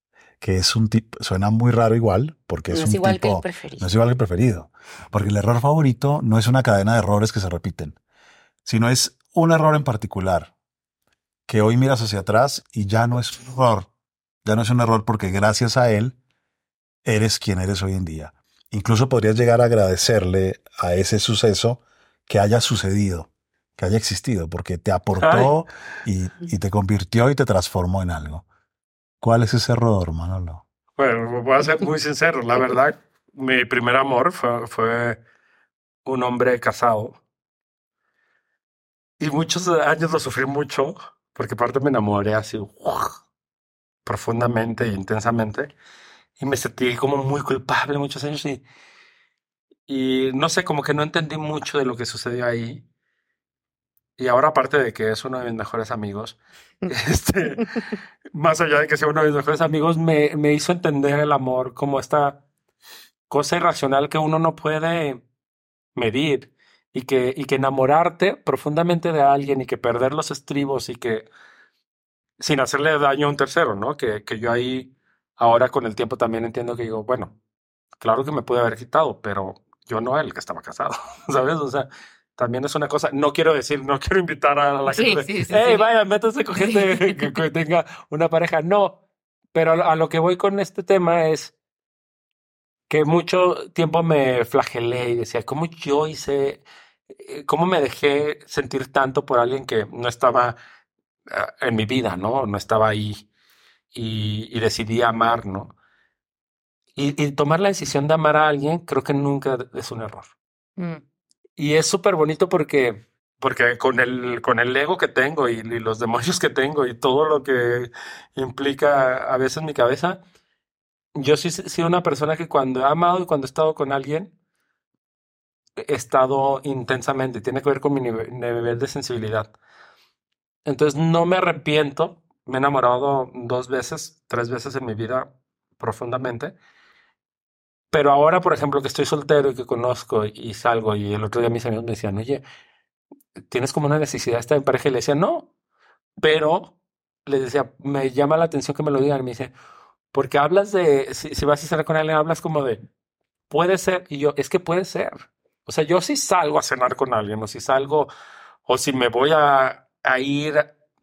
que es un tipo, suena muy raro igual, porque No es es un igual que tipo, el preferido. no es igual que el preferido, porque el error favorito no es una cadena de errores que se repiten, sino es un error en particular, que hoy miras hacia atrás y ya no es un error, ya no es un error porque gracias a él eres quien eres hoy en día. Incluso podrías llegar a agradecerle a ese suceso que haya sucedido, que haya existido, porque te aportó y te convirtió y te transformó en algo. ¿Cuál es ese error, Manolo? Bueno, voy a ser muy sincero. La verdad, mi primer amor fue un hombre casado. Y muchos años lo sufrí mucho, porque aparte me enamoré así profundamente e intensamente. Y me sentí como muy culpable muchos años. Y no sé, como que no entendí mucho de lo que sucedió ahí. Y ahora, aparte de que es uno de mis mejores amigos, este, más allá de que sea uno de mis mejores amigos, me hizo entender el amor como esta cosa irracional que uno no puede medir y que enamorarte profundamente de alguien y que perder los estribos y que sin hacerle daño a un tercero, ¿no? Que yo ahí ahora con el tiempo también entiendo que digo, bueno, claro que me pude haber quitado, pero yo no el que estaba casado, ¿sabes? O sea, también es una cosa, no quiero decir, no quiero invitar a la Sí, gente, sí, sí, hey, sí. vaya, métase con gente que tenga una pareja. No, pero a lo que voy con este tema es que mucho tiempo me flagelé y decía, ¿cómo yo hice, cómo me dejé sentir tanto por alguien que no estaba en mi vida, ¿no? No estaba ahí y decidí amar, ¿no? Y tomar la decisión de amar a alguien creo que nunca es un error. Mm. Y es súper bonito porque con el ego que tengo y los demonios que tengo y todo lo que implica a veces mi cabeza, yo sí he sido una persona que cuando he amado y cuando he estado con alguien, he estado intensamente. Tiene que ver con mi nivel de sensibilidad. Entonces no me arrepiento. Me he enamorado 2 veces, 3 veces en mi vida profundamente. Pero ahora, por ejemplo, que estoy soltero y que conozco y salgo y el otro día mis amigos me decían, oye, tienes como una necesidad de estar en pareja y le decía, no, pero les decía, me llama la atención que me lo digan. Y me dice, porque hablas de, si vas a estar con alguien, hablas como de, puede ser. Y yo, es que puede ser. O sea, yo si salgo a cenar con alguien, o si salgo, o si me voy a ir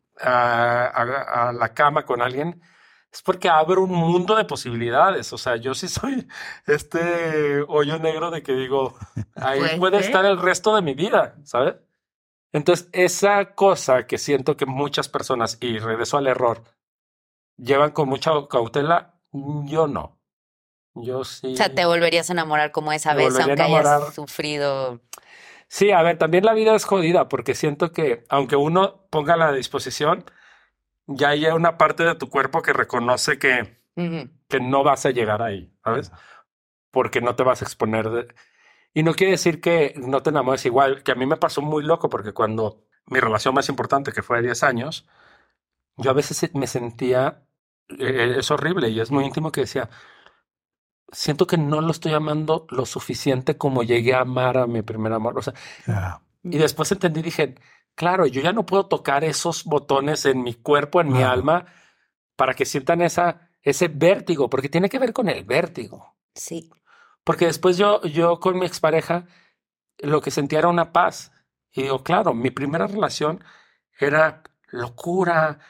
a la cama con alguien, es porque abre un mundo de posibilidades. O sea, yo sí soy este hoyo negro de que digo, ahí puede estar el resto de mi vida, ¿sabes? Entonces, esa cosa que siento que muchas personas, y regreso al error, llevan con mucha cautela, yo no. Yo sí. O sea, te volverías a enamorar como esa Me vez, volvería aunque a enamorar. hayas sufrido. Sí, a ver, también la vida es jodida porque siento que aunque uno ponga la disposición, ya hay una parte de tu cuerpo que reconoce Ujú. que no vas a llegar ahí, ¿sabes? Porque no te vas a exponer. Y no quiere decir que no te enamores igual, que a mí me pasó muy loco porque cuando mi relación más importante, que fue de 10 años, yo a veces me sentía, es horrible y es muy íntimo que decía, siento que no lo estoy amando lo suficiente como llegué a amar a mi primer amor. O sea, Yeah. y después entendí, dije, claro, yo ya no puedo tocar esos botones en mi cuerpo, en mi Claro. alma, para que sientan ese vértigo, porque tiene que ver con el vértigo. Sí. Porque después yo con mi expareja, lo que sentía era una paz. Y digo, claro, mi primera relación era locura,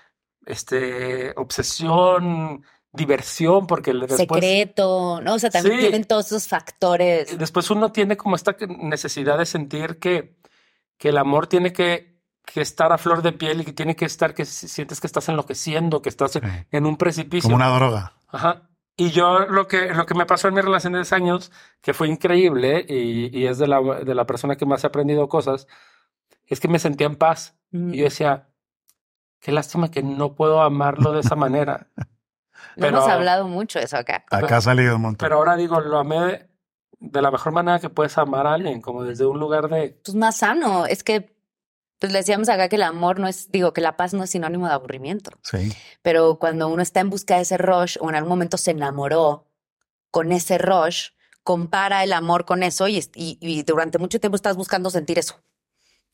obsesión, diversión, porque después... Secreto, ¿no? O sea, también Sí. tienen todos esos factores. Después uno tiene como esta necesidad de sentir que el amor tiene que estar a flor de piel y que tiene que estar, que sientes que estás enloqueciendo, que estás en un precipicio. Como una droga. Ajá. Y yo lo que me pasó en mi relación de 10 años, que fue increíble y es de la persona que más he aprendido cosas, es que me sentía en paz. Y yo decía, qué lástima que no puedo amarlo de esa manera. No hemos hablado mucho de eso acá. Acá ha salido un montón. Pero ahora digo, lo amé de la mejor manera que puedes amar a alguien, como desde un lugar de... Pues más sano. Es que, pues le decíamos acá que el amor no es, digo, que la paz no es sinónimo de aburrimiento. Sí. Pero cuando uno está en busca de ese rush o en algún momento se enamoró con ese rush, compara el amor con eso y durante mucho tiempo estás buscando sentir eso.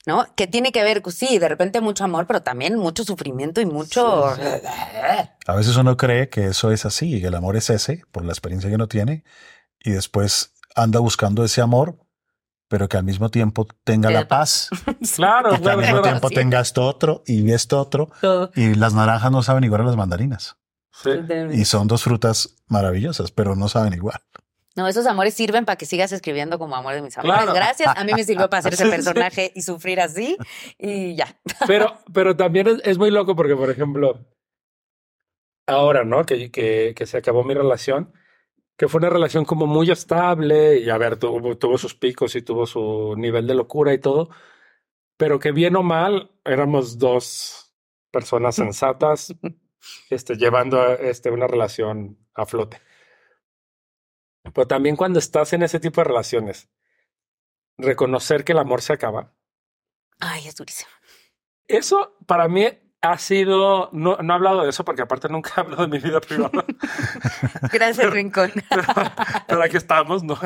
¿no? Que tiene que ver, pues sí, de repente mucho amor, pero también mucho sufrimiento y mucho... Sí. A veces uno cree que eso es así, que el amor es ese, por la experiencia que uno tiene, y después anda buscando ese amor, pero que al mismo tiempo tenga la paz, Claro, y que al mismo tiempo Sí. tenga esto otro y esto otro, Todo. y las naranjas no saben igual a las mandarinas. Sí. Y son dos frutas maravillosas, pero no saben igual. No, esos amores sirven para que sigas escribiendo como Amor de mis amores. Claro. Gracias. A mí me sirvió para hacer ese Sí, sí. personaje y sufrir así y ya. Pero también es muy loco porque, por ejemplo, ahora, ¿no? Que se acabó mi relación, que fue una relación como muy estable y, a ver, tuvo sus picos y tuvo su nivel de locura y todo, pero que bien o mal éramos dos personas sensatas llevando una relación a flote. Pero también cuando estás en ese tipo de relaciones, reconocer que el amor se acaba, Ay, es durísimo. eso para mí ha sido, no he hablado de eso porque aparte nunca he hablado de mi vida privada, Gracias, Rincón. pero aquí estamos, ¿no?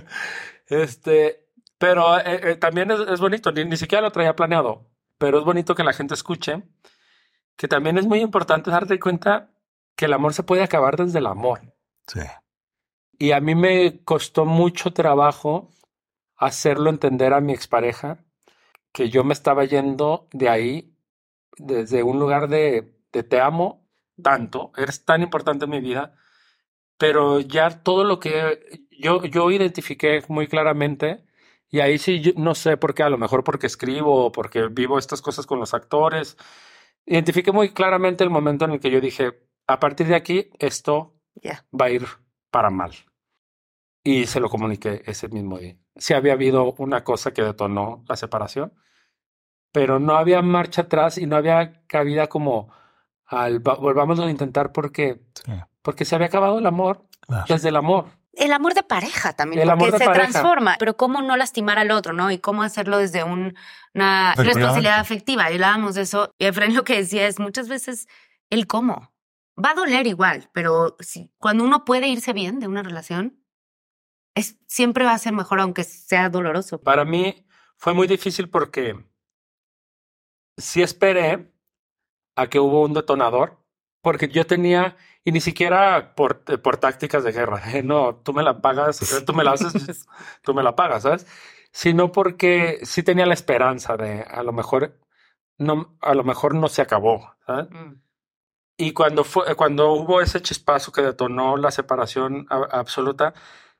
Pero también es bonito, ni siquiera lo traía planeado, pero es bonito que la gente escuche que también es muy importante darte cuenta que el amor se puede acabar desde el amor. Sí. Y a mí me costó mucho trabajo hacerlo entender a mi expareja que yo me estaba yendo de ahí desde un lugar de te amo tanto, eres tan importante en mi vida, pero ya todo lo que yo identifiqué muy claramente, y ahí sí no sé por qué, a lo mejor porque escribo o porque vivo estas cosas con los actores, identifiqué muy claramente el momento en el que yo dije, a partir de aquí esto Ya. va a ir para mal. Y se lo comuniqué ese mismo día. Sí había habido una cosa que detonó la separación, pero no había marcha atrás y no había cabida como volvámoslo a intentar porque se había acabado el amor, Claro. desde el amor. El amor de pareja también, El porque amor de se pareja. transforma. Pero cómo no lastimar al otro, ¿no? Y cómo hacerlo desde una responsabilidad afectiva. Y hablábamos de eso. Y Efraín lo que decía es muchas veces el cómo. Va a doler igual, pero cuando uno puede irse bien de una relación, siempre va a ser mejor, aunque sea doloroso. Para mí fue muy difícil porque sí esperé a que hubo un detonador, porque yo tenía, y ni siquiera por tácticas de guerra, no, tú me la pagas, tú me la haces, tú me la pagas, ¿sabes? Sino porque sí tenía la esperanza de a lo mejor no se acabó, ¿sabes? Y cuando hubo ese chispazo que detonó la separación absoluta,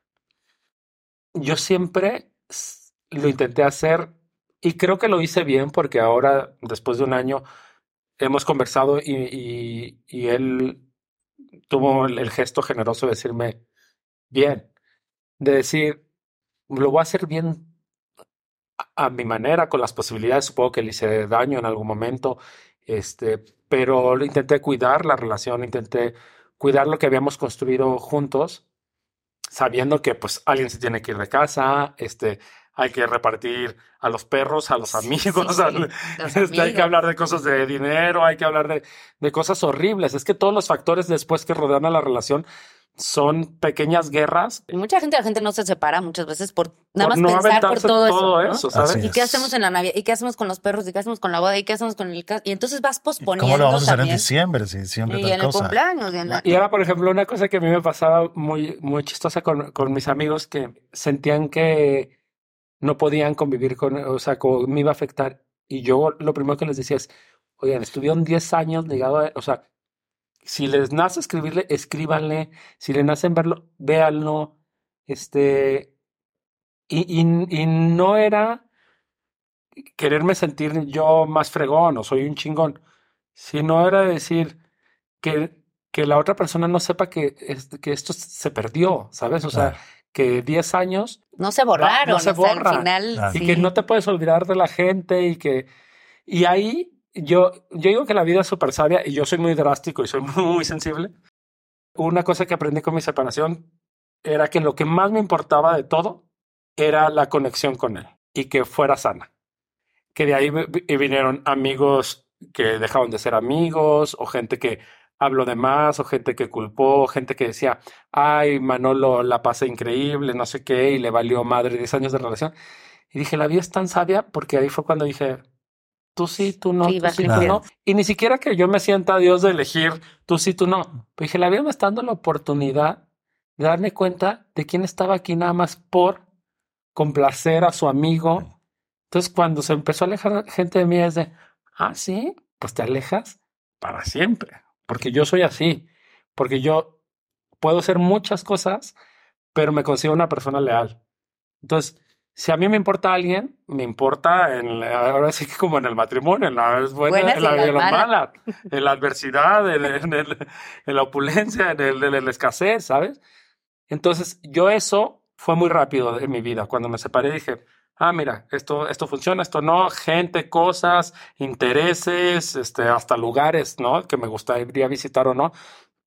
yo siempre lo intenté hacer y creo que lo hice bien porque ahora, después de un año, hemos conversado y él tuvo el gesto generoso de decirme, bien, de decir, lo voy a hacer bien a mi manera, con las posibilidades, supongo que le hice daño en algún momento, pero lo intenté cuidar la relación, intenté cuidar lo que habíamos construido juntos, sabiendo que pues alguien se tiene que ir de casa, hay que repartir a los perros, a los amigos, hay que hablar de cosas de dinero, hay que hablar de cosas horribles. Es que todos los factores después que rodean a la relación son pequeñas guerras. Y la gente no se separa muchas veces por nada Por más no pensar por aventarse todo todo eso, eso, ¿no? ¿sabes? ¿Y qué hacemos en la Navidad? ¿Y qué hacemos con los perros? ¿Y qué hacemos con la boda? ¿Y qué hacemos con el caso? Y entonces vas posponiendo. ¿Cómo lo vamos a hacer también. en diciembre? Si siempre Y tal en el cosa. cumpleaños. Y ahora, por ejemplo, una cosa que a mí me pasaba muy, muy chistosa con mis amigos que sentían que no podían convivir me iba a afectar. Y yo lo primero que les decía es, oigan, estuvieron 10 años ligados si les nace escribirle, escríbanle. Si les nace verlo, véanlo. Y no era quererme sentir yo más fregón o soy un chingón, sino era decir que la otra persona no sepa que esto se perdió, ¿sabes? O sea, que 10 años no se borraron, no se borra. Al final, Claro. Y que no te puedes olvidar de la gente y ahí yo digo que la vida es súper sabia y yo soy muy drástico y soy muy, muy sensible. Una cosa que aprendí con mi separación era que lo que más me importaba de todo era la conexión con él y que fuera sana. Que de ahí vinieron amigos que dejaron de ser amigos o gente que habló de más o gente que culpó, gente que decía, ay, Manolo la pasé increíble, no sé qué, y le valió madre 10 años de relación. Y dije, la vida es tan sabia, porque ahí fue cuando dije, tú sí, tú no, Sí, tú sí, claro. tú no. Y ni siquiera que yo me sienta Dios de elegir, tú sí, tú no. Pero dije, la vida me está dando la oportunidad de darme cuenta de quién estaba aquí nada más por complacer a su amigo. Entonces, cuando se empezó a alejar gente de mí, es de, sí, pues te alejas para siempre. Porque yo soy así. Porque yo puedo hacer muchas cosas, pero me considero una persona leal. Entonces, si a mí me importa alguien, me importa ahora sí que como en el matrimonio, en la buena, Buenas en la, y en en las la malas. mala, en la adversidad, en la opulencia, en la escasez, ¿sabes? Entonces, yo eso fue muy rápido en mi vida. Cuando me separé dije, mira, esto funciona, esto no, gente, cosas, intereses, hasta lugares, ¿no? Que me gustaría visitar o no.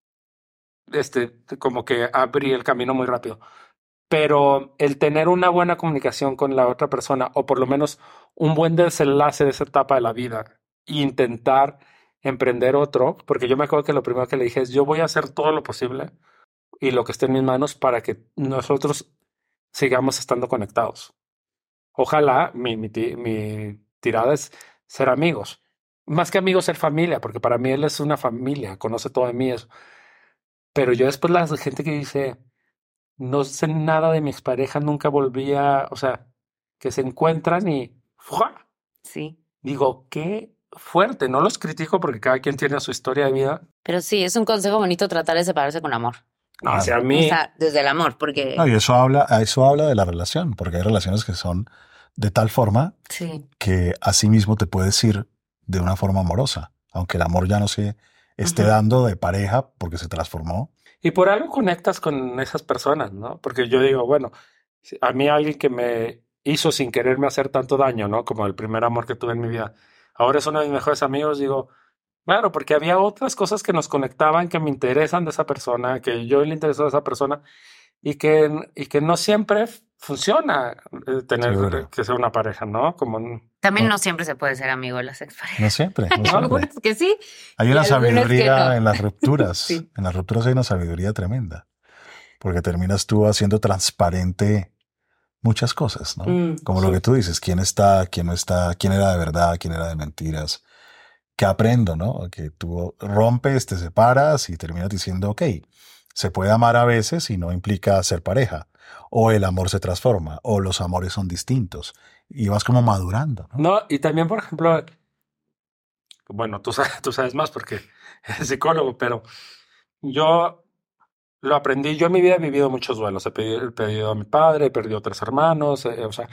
Como que abrí el camino muy rápido. Pero el tener una buena comunicación con la otra persona, o por lo menos un buen desenlace de esa etapa de la vida, e intentar emprender otro, porque yo me acuerdo que lo primero que le dije es, yo voy a hacer todo lo posible y lo que esté en mis manos para que nosotros sigamos estando conectados. Ojalá mi tirada es ser amigos. Más que amigos, ser familia, porque para mí él es una familia, conoce todo de mí eso. Pero yo después la gente que dice, no sé nada de mi expareja, nunca volví o sea, que se encuentran y ¡fua! Sí. Digo, qué fuerte. No los critico porque cada quien tiene su historia de vida. Pero sí, es un consejo bonito tratar de separarse con amor. No, o sea, a O mí, sea, desde el amor, porque... No, y eso habla de la relación, porque hay relaciones que son de tal forma Sí. que a sí mismo te puedes ir de una forma amorosa, aunque el amor ya no se esté Ujú. dando de pareja porque se transformó. y por algo conectas con esas personas, ¿no? Porque yo digo, bueno, a mí alguien que me hizo sin quererme hacer tanto daño, ¿no? Como el primer amor que tuve en mi vida. Ahora es uno de mis mejores amigos, digo, claro, porque había otras cosas que nos conectaban, que me interesan de esa persona, que yo le intereso a esa persona y que no siempre funciona tener Seguro. que ser una pareja, ¿no? También no siempre se puede ser amigo de las exparejas. No siempre, no Hay siempre. algunas que sí. Hay y una algunas que sabiduría no. en las rupturas. Sí. En las rupturas hay una sabiduría tremenda. Porque terminas tú haciendo transparente muchas cosas, ¿no? Como lo Sí. que tú dices, quién está, quién no está, quién era de verdad, quién era de mentiras. ¿Qué aprendo, no? Que tú rompes, te separas y terminas diciendo, ok, se puede amar a veces y no implica ser pareja. O el amor se transforma, o los amores son distintos. Y vas como madurando, ¿no? No, y también, por ejemplo, bueno, tú sabes más porque eres psicólogo, pero yo lo aprendí. Yo en mi vida he vivido muchos duelos. He perdido a mi padre, he perdido 3 hermanos, o sea,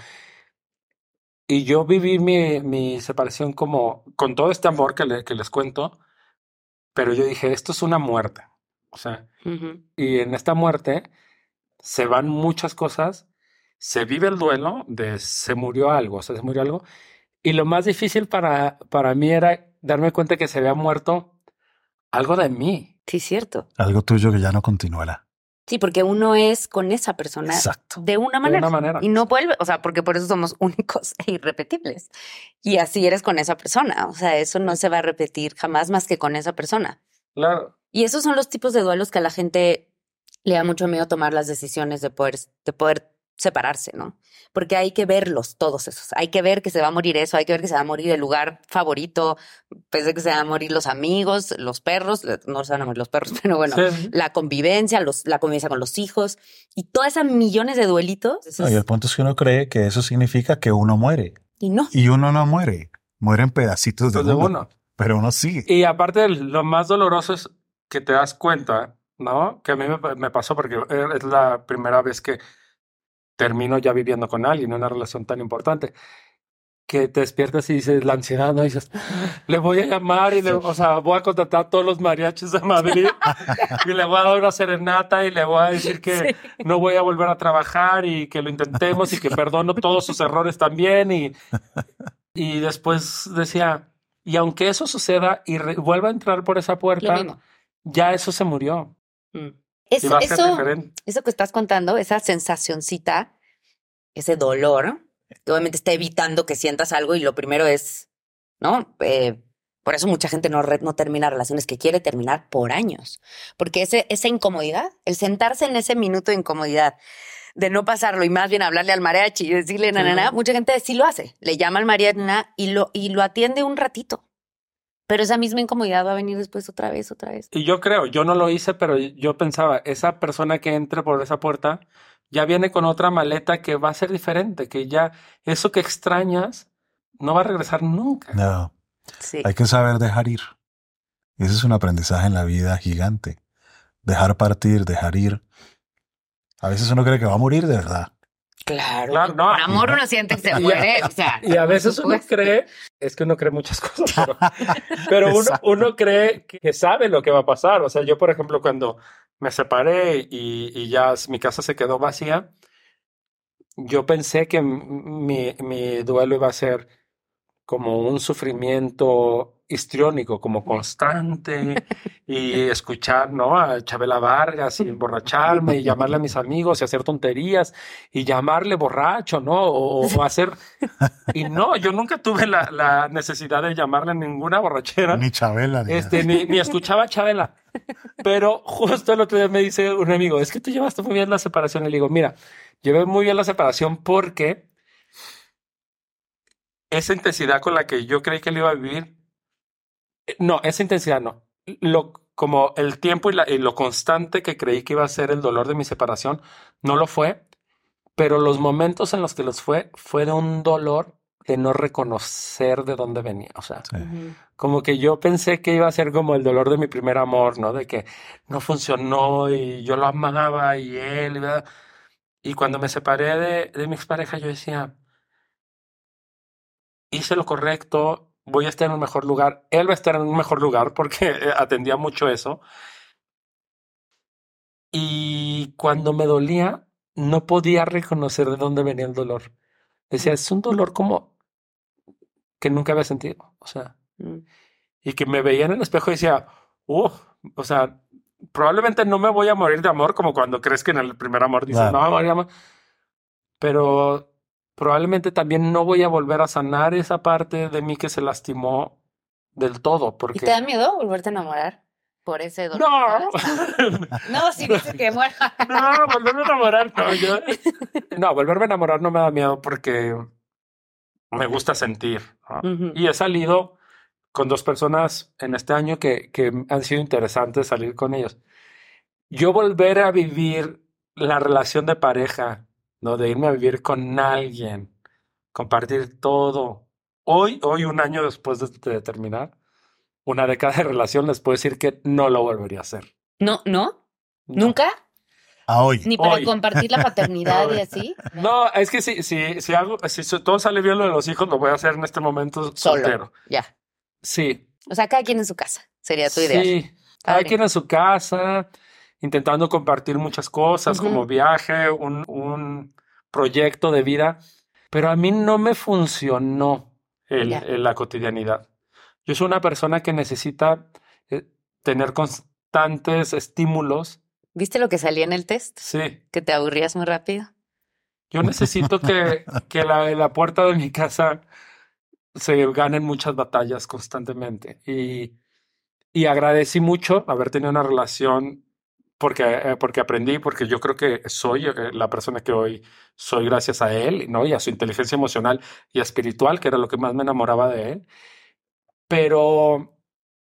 y yo viví mi separación como con todo este amor que les cuento, pero yo dije, esto es una muerte. O sea, Ujú. y en esta muerte se van muchas cosas, se vive el duelo de se murió algo, o sea, se murió algo. Y lo más difícil para mí era darme cuenta que se había muerto algo de mí. Sí, cierto. Algo tuyo que ya no continuará. Sí, porque uno es con esa persona Exacto. de una De manera. una manera. Y no vuelve, o sea, porque por eso somos únicos e irrepetibles. Y así eres con esa persona. O sea, eso no se va a repetir jamás más que con esa persona. Claro. Y esos son los tipos de duelos que a la gente le da mucho miedo tomar las decisiones de poder separarse, ¿no? Porque hay que verlos, todos esos. Hay que ver que se va a morir eso, hay que ver que se va a morir el lugar favorito, pensé que se van a morir los amigos, los perros, no se van a morir los perros, pero bueno, Sí. la convivencia, la convivencia con los hijos y todas esas millones de duelitos. No, y el punto es que uno cree que eso significa que uno muere. Y no. Y uno no muere. Muere en pedacitos de Pues de uno. uno. Pero uno sigue. Y aparte, lo más doloroso es que te das cuenta, ¿no? Que a mí me pasó porque es la primera vez que termino ya viviendo con alguien, una relación tan importante, que te despiertas y dices, la ansiedad, ¿no? Y dices, le voy a llamar y o sea, voy a contratar a todos los mariachis de Madrid y le voy a dar una serenata y le voy a decir que no voy a volver a trabajar y que lo intentemos y que perdono todos sus errores también. Y después decía, y aunque eso suceda y vuelva a entrar por esa Lo puerta, mismo. ya eso se murió. Y Eso, va a ser diferente. eso que estás contando, esa sensacioncita, ese dolor, que obviamente está evitando que sientas algo y lo primero es, ¿no? Por eso mucha gente no termina relaciones que quiere terminar por años. Porque esa incomodidad, el sentarse en ese minuto de incomodidad de no pasarlo y más bien hablarle al mariachi y decirle nanana, mucha gente sí lo hace. Le llama al mariachi y lo atiende un ratito. Pero esa misma incomodidad va a venir después otra vez. Y yo creo, yo no lo hice, pero yo pensaba, esa persona que entre por esa puerta ya viene con otra maleta que va a ser diferente, que ya eso que extrañas no va a regresar nunca. No. Sí. Hay que saber dejar ir. Ese es un aprendizaje en la vida gigante. Dejar partir, dejar ir. A veces uno cree que va a morir de verdad. Claro, no. Por amor uno siente que se muere. O sea, y a veces uno cree, es que uno cree muchas cosas, pero uno cree que sabe lo que va a pasar. O sea, yo, por ejemplo, cuando me separé y ya mi casa se quedó vacía, yo pensé que mi duelo iba a ser como un sufrimiento histriónico, como constante, y escuchar, ¿no? A Chabela Vargas y emborracharme y llamarle a mis amigos y hacer tonterías y llamarle borracho, ¿no? O hacer... Y no, yo nunca tuve la necesidad de llamarle ninguna borrachera. Ni Chabela. Ni escuchaba a Chabela. Pero justo el otro día me dice un amigo, es que tú llevaste muy bien la separación. Y le digo, mira, llevé muy bien la separación porque esa intensidad con la que yo creí que él iba a vivir, no, esa intensidad no. Como el tiempo y lo constante que creí que iba a ser el dolor de mi separación, no lo fue, pero los momentos en los que los fue de un dolor de no reconocer de dónde venía. O sea, como que yo pensé que iba a ser como el dolor de mi primer amor, ¿no? De que no funcionó y yo lo amaba y él, ¿verdad? Y cuando me separé de mi expareja, yo decía, hice lo correcto, voy a estar en un mejor lugar, él va a estar en un mejor lugar porque atendía mucho eso. Y cuando me dolía, no podía reconocer de dónde venía el dolor. Decía, es un dolor como que nunca había sentido. O sea, y que me veía en el espejo y decía, o sea, probablemente no me voy a morir de amor como cuando crees que en el primer amor dices, no, me voy a morir de amor. Pero probablemente también no voy a volver a sanar esa parte de mí que se lastimó del todo. Porque... ¿Y te da miedo volverte a enamorar por ese dolor? No, si dice que muera. No, volverme a enamorar, no. No, volverme a enamorar no me da miedo porque me gusta sentir, ¿no? Y he salido con 2 personas en este año que han sido interesantes salir con ellos. Yo volver a vivir la relación de pareja, ¿no? De irme a vivir con alguien, compartir todo. Hoy, un año después de terminar, una década de relación, les puedo decir que no lo volvería a hacer. ¿No? ¿Nunca? A hoy. ¿Ni para compartir la paternidad y así? No, es que si todo sale bien lo de los hijos, lo voy a hacer en este momento soltero. Ya. Sí. O sea, cada quien en su casa. Sería tu idea. Sí, cada quien en su casa, intentando compartir muchas cosas, como viaje, un proyecto de vida. Pero a mí no me funcionó la cotidianidad. Yo soy una persona que necesita tener constantes estímulos. ¿Viste lo que salía en el test? Sí. Que te aburrías muy rápido. Yo necesito que la puerta de mi casa se ganen muchas batallas constantemente. Y agradecí mucho haber tenido una relación porque aprendí, porque yo creo que soy la persona que hoy soy gracias a él, ¿no? Y a su inteligencia emocional y espiritual, que era lo que más me enamoraba de él. Pero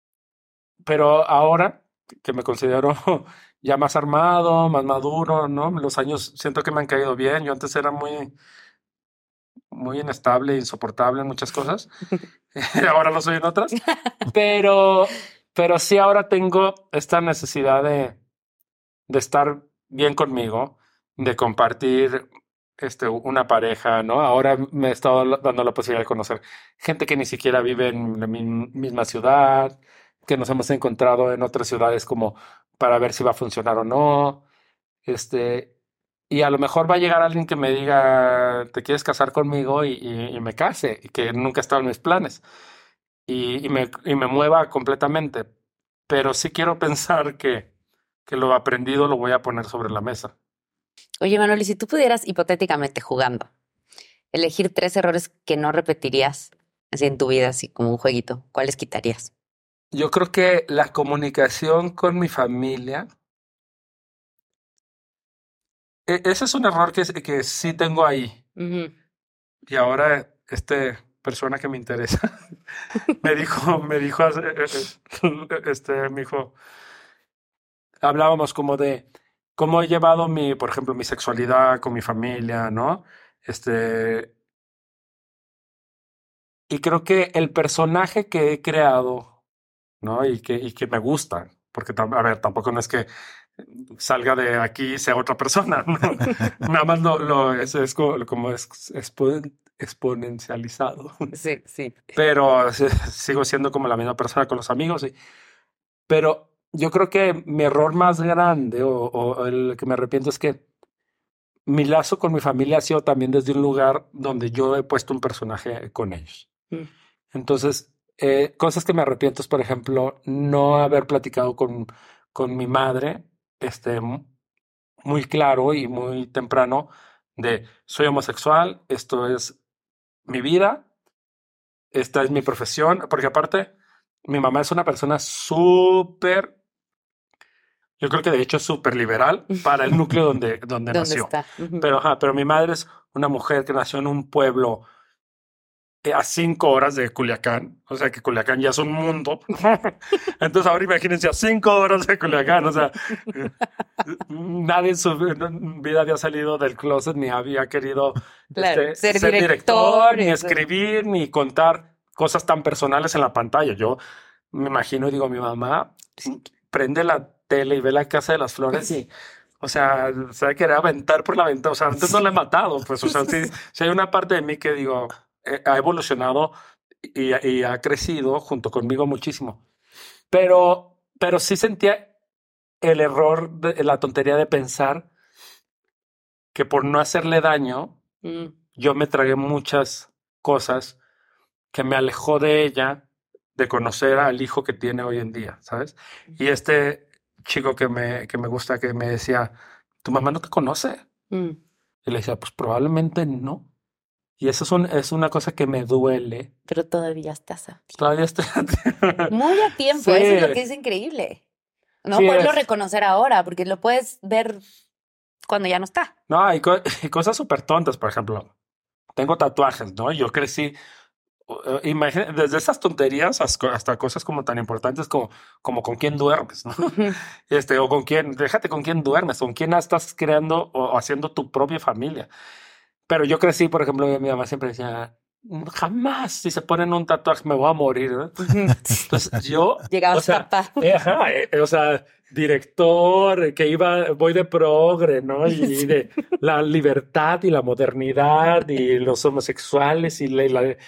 ahora que me considero ya más armado, más maduro, ¿no? Los años siento que me han caído bien. Yo antes era muy inestable, insoportable en muchas cosas. Ahora lo soy en otras. Pero sí ahora tengo esta necesidad de estar bien conmigo, de compartir una pareja, ¿no? Ahora me he estado dando la posibilidad de conocer gente que ni siquiera vive en la misma ciudad, que nos hemos encontrado en otras ciudades como para ver si va a funcionar o no. Y a lo mejor va a llegar alguien que me diga, ¿te quieres casar conmigo? Y me case, y que nunca ha estado en mis planes. Y me mueva completamente. Pero sí quiero pensar que lo aprendido lo voy a poner sobre la mesa. Oye, Manuel, y si tú pudieras, hipotéticamente, jugando, elegir 3 errores que no repetirías así en tu vida, así como un jueguito, ¿cuáles quitarías? Yo creo que la comunicación con mi familia ese es un error que sí tengo ahí. Y ahora, persona que me interesa me dijo, me dijo, hablábamos como de cómo he llevado por ejemplo, mi sexualidad con mi familia, ¿no? Y creo que el personaje que he creado, ¿no? Y que me gusta, porque, a ver, tampoco no es que salga de aquí y sea otra persona, ¿no? Nada más es como exponencializado. Sí, sí. Pero sigo siendo como la misma persona con los amigos. Pero yo creo que mi error más grande o el que me arrepiento es que mi lazo con mi familia ha sido también desde un lugar donde yo he puesto un personaje con ellos. Entonces, cosas que me arrepiento es, por ejemplo, no haber platicado con mi madre, muy claro y muy temprano de soy homosexual, esto es mi vida, esta es mi profesión, porque aparte mi mamá es una persona súper, yo creo que de hecho es súper liberal para el núcleo donde nació. Está? Pero mi madre es una mujer que nació en un pueblo a 5 horas de Culiacán, o sea que Culiacán ya es un mundo. Entonces ahora imagínense a 5 horas de Culiacán, o sea, nadie en su vida había salido del closet ni había querido ser director, ni escribir, ni contar cosas tan personales en la pantalla. Yo me imagino y digo, mi mamá prende la tele y ve La Casa de las Flores y o sea, se quería aventar por la ventana. O sea, antes no la he matado. Pues, o sea, sí hay una parte de mí que digo, ha evolucionado y ha crecido junto conmigo muchísimo. Pero sí sentía el error, la tontería de pensar que por no hacerle daño, yo me tragué muchas cosas que me alejó de ella, de conocer al hijo que tiene hoy en día, ¿sabes? Y chico que me gusta, que me decía, ¿tu mamá no te conoce? Y le decía, pues probablemente no. Y eso es una cosa que me duele. Pero todavía estás a tiempo. Todavía estoy a tiempo. Muy a tiempo, sí. Eso es lo que es increíble. No sí, puedes reconocer ahora, porque lo puedes ver cuando ya no está. No, hay cosas súper tontas, por ejemplo. Tengo tatuajes, ¿no? Yo crecí, imagínate, desde esas tonterías hasta cosas como tan importantes como con quién duermes, ¿no? O con quién, déjate con quién duermes, con quién estás creando o haciendo tu propia familia. Pero yo crecí, por ejemplo, mi mamá siempre decía, jamás si se ponen un tatuaje me voy a morir, ¿no? Entonces yo... Llegabas papá. O sea, director, que voy de progre, ¿no? Y de la libertad y la modernidad y los homosexuales y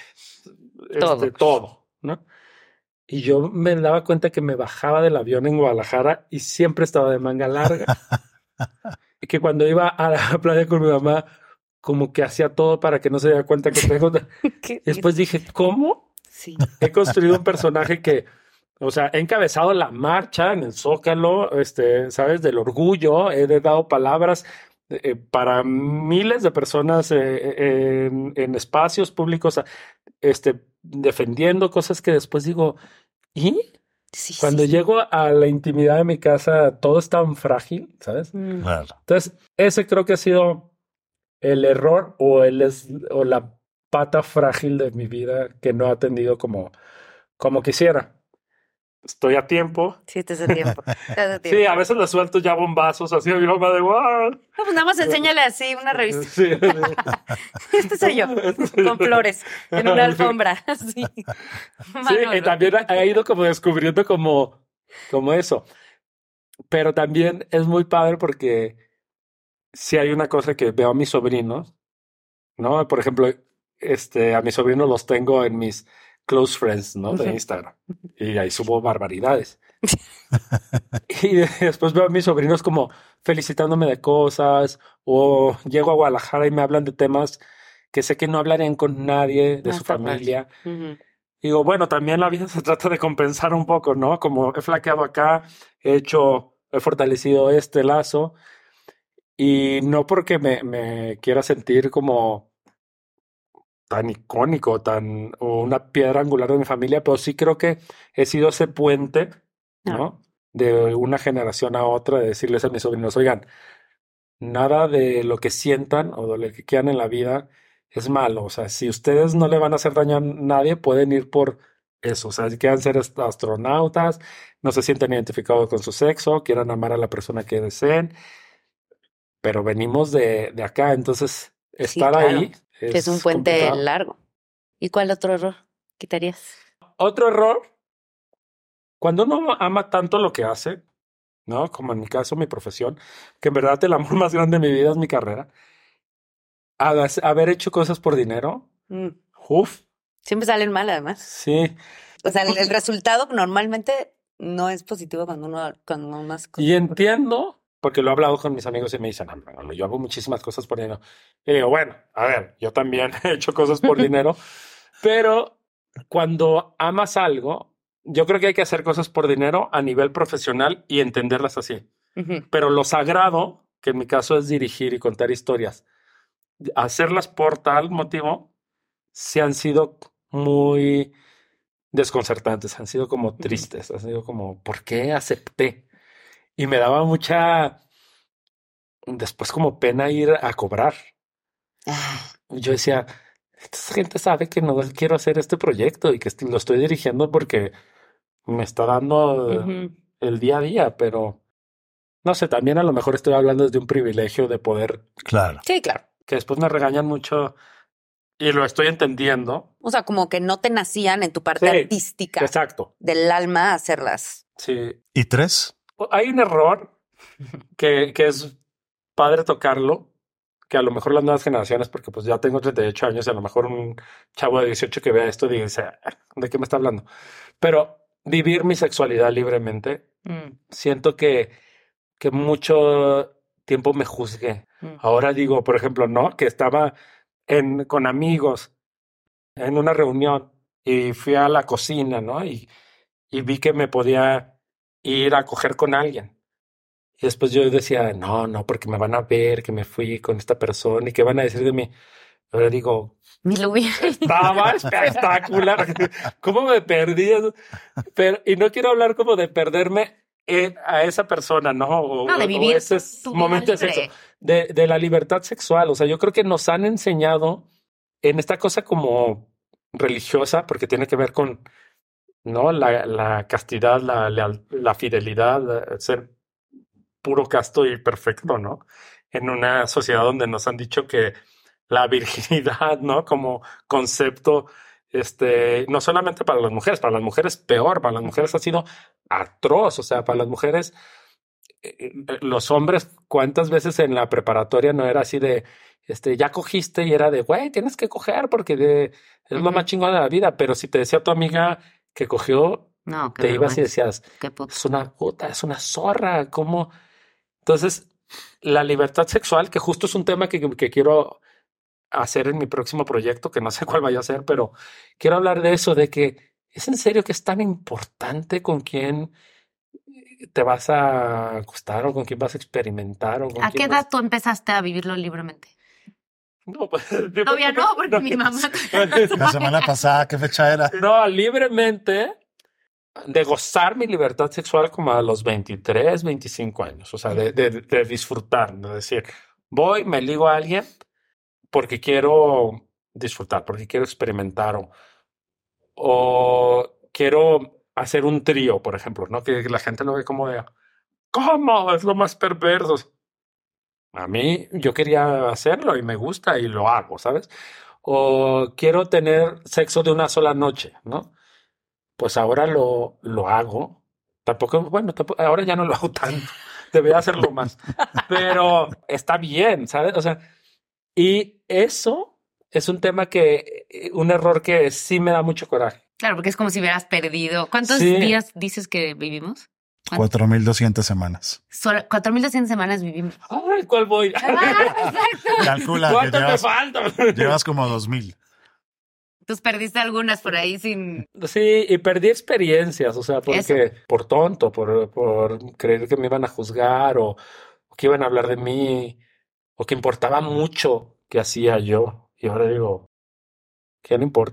todo, ¿no? Y yo me daba cuenta que me bajaba del avión en Guadalajara y siempre estaba de manga larga. Y que cuando iba a la playa con mi mamá, como que hacía todo para que no se diera cuenta que tengo... Después dije, ¿cómo? Sí. He construido un personaje que, o sea, he encabezado la marcha en el Zócalo, ¿sabes? Del orgullo, he dado palabras para miles de personas en espacios públicos, defendiendo cosas que después digo, ¿y? Sí, cuando llego a la intimidad de mi casa, todo es tan frágil, ¿sabes? Claro. Entonces, ese creo que ha sido el error o la pata frágil de mi vida que no ha atendido como quisiera. Estoy a tiempo. Sí, te hace tiempo. Sí, a veces le suelto ya bombazos así a mi mamá de ¡wow! No, pues nada más enséñale así una revista. Sí. Soy yo, con flores, en una alfombra. Sí, y también ha ido como descubriendo como eso. Pero también es muy padre porque sí hay una cosa que veo a mis sobrinos, ¿no? Por ejemplo, a mis sobrinos los tengo en mis close friends, ¿no? De Instagram. Y ahí subo barbaridades. Y después veo a mis sobrinos como felicitándome de cosas, o llego a Guadalajara y me hablan de temas que sé que no hablarían con nadie de su familia. Digo, bueno, también la vida se trata de compensar un poco, ¿no? Como he flaqueado acá, he fortalecido este lazo. Y no porque me quiera sentir como tan icónico, o una piedra angular de mi familia, pero sí creo que he sido ese puente, ¿no? De una generación a otra, de decirles a mis sobrinos, oigan, nada de lo que sientan o de lo que quieran en la vida es malo. O sea, si ustedes no le van a hacer daño a nadie, pueden ir por eso. O sea, si quieran ser astronautas, no se sienten identificados con su sexo, quieran amar a la persona que deseen, pero venimos de acá, entonces estar claro. ahí Es un puente complicado. largo. ¿Y cuál otro error quitarías? Otro error, cuando uno ama tanto lo que hace, ¿no? Como en mi caso, mi profesión, que en verdad el amor más grande de mi vida es mi carrera, haber hecho cosas por dinero, uf, Siempre salen mal, además. sí. O sea, el resultado normalmente no es positivo cuando uno hace cosas. Y entiendo, porque lo he hablado con mis amigos y me dicen, no, yo hago muchísimas cosas por dinero. Y digo, bueno, a ver, yo también he hecho cosas por dinero, pero cuando amas algo, yo creo que hay que hacer cosas por dinero a nivel profesional y entenderlas así. Pero lo sagrado, que en mi caso es dirigir y contar historias, hacerlas por tal motivo, sí han sido muy desconcertantes, han sido como tristes, han sido como, ¿por qué acepté? Y me daba después como pena ir a cobrar. Yo decía, esta gente sabe que no quiero hacer este proyecto y que lo estoy dirigiendo porque me está dando el día a día, pero no sé, también a lo mejor estoy hablando desde un privilegio de poder. Claro. Sí, claro. Que después me regañan mucho y lo estoy entendiendo. O sea, como que no te nacían en tu parte artística. Exacto. Del alma hacerlas. Sí. ¿Y 3? Hay un error que es padre tocarlo, que a lo mejor las nuevas generaciones, porque pues ya tengo 38 años y a lo mejor un chavo de 18 que vea esto dice, ¿de qué me está hablando? Pero vivir mi sexualidad libremente, siento que mucho tiempo me juzgué. Ahora digo, por ejemplo, no, que estaba con amigos en una reunión y fui a la cocina, ¿no? Y vi que me podía ir a coger con alguien. Y después yo decía, no, porque me van a ver que me fui con esta persona y qué van a decir de mí. Ahora digo, estaba espectacular. ¿Cómo me perdí? Y no quiero hablar como de perderme a esa persona, ¿no? De vivir ese momento de sexo, de la libertad sexual. O sea, yo creo que nos han enseñado en esta cosa como religiosa, porque tiene que ver con, ¿no? La castidad, la fidelidad, ser puro, casto y perfecto, ¿no? En una sociedad donde nos han dicho que la virginidad, ¿no? Como concepto, no solamente para las mujeres peor, para las mujeres ha sido atroz, o sea, para las mujeres, los hombres, ¿cuántas veces en la preparatoria no era así de, ya cogiste y era de, güey, tienes que coger porque es lo más chingón de la vida, pero si te decía tu amiga que cogió, te ibas y decías, es una puta, es una zorra, ¿cómo? Entonces, la libertad sexual, que justo es un tema que quiero hacer en mi próximo proyecto, que no sé cuál vaya a ser, pero quiero hablar de eso, de que es en serio que es tan importante con quién te vas a acostar o con quién vas a experimentar. O con ¿A qué edad tú empezaste a vivirlo libremente? No, pues, todavía no, porque mi mamá... La semana pasada, ¿qué fecha era? No, libremente de gozar mi libertad sexual como a los 23, 25 años. O sea, de disfrutar, de decir, me ligo a alguien porque quiero disfrutar, porque quiero experimentar o quiero hacer un trío, por ejemplo, ¿no? Que la gente lo ve como de, ¿cómo? Es lo más perverso. A mí, yo quería hacerlo y me gusta y lo hago, ¿sabes? O quiero tener sexo de una sola noche, ¿no? Pues ahora lo hago. Tampoco, ahora ya no lo hago tanto. Debería hacerlo más. Pero está bien, ¿sabes? O sea, y eso es un tema un error que sí me da mucho coraje. Claro, porque es como si hubieras perdido. ¿Cuántos días dices que vivimos? 4,200 semanas. 4,200 semanas vivimos. Ay, ¿cuál voy? Calcula. ¿Cuánto me falta? Llevas como 2,000. Entonces perdiste algunas por ahí sin... Sí, y perdí experiencias, o sea, porque por tonto, por creer que me iban a juzgar o que iban a hablar de mí o que importaba mucho que hacía yo. Y ahora digo, ¿qué no importa, sabes?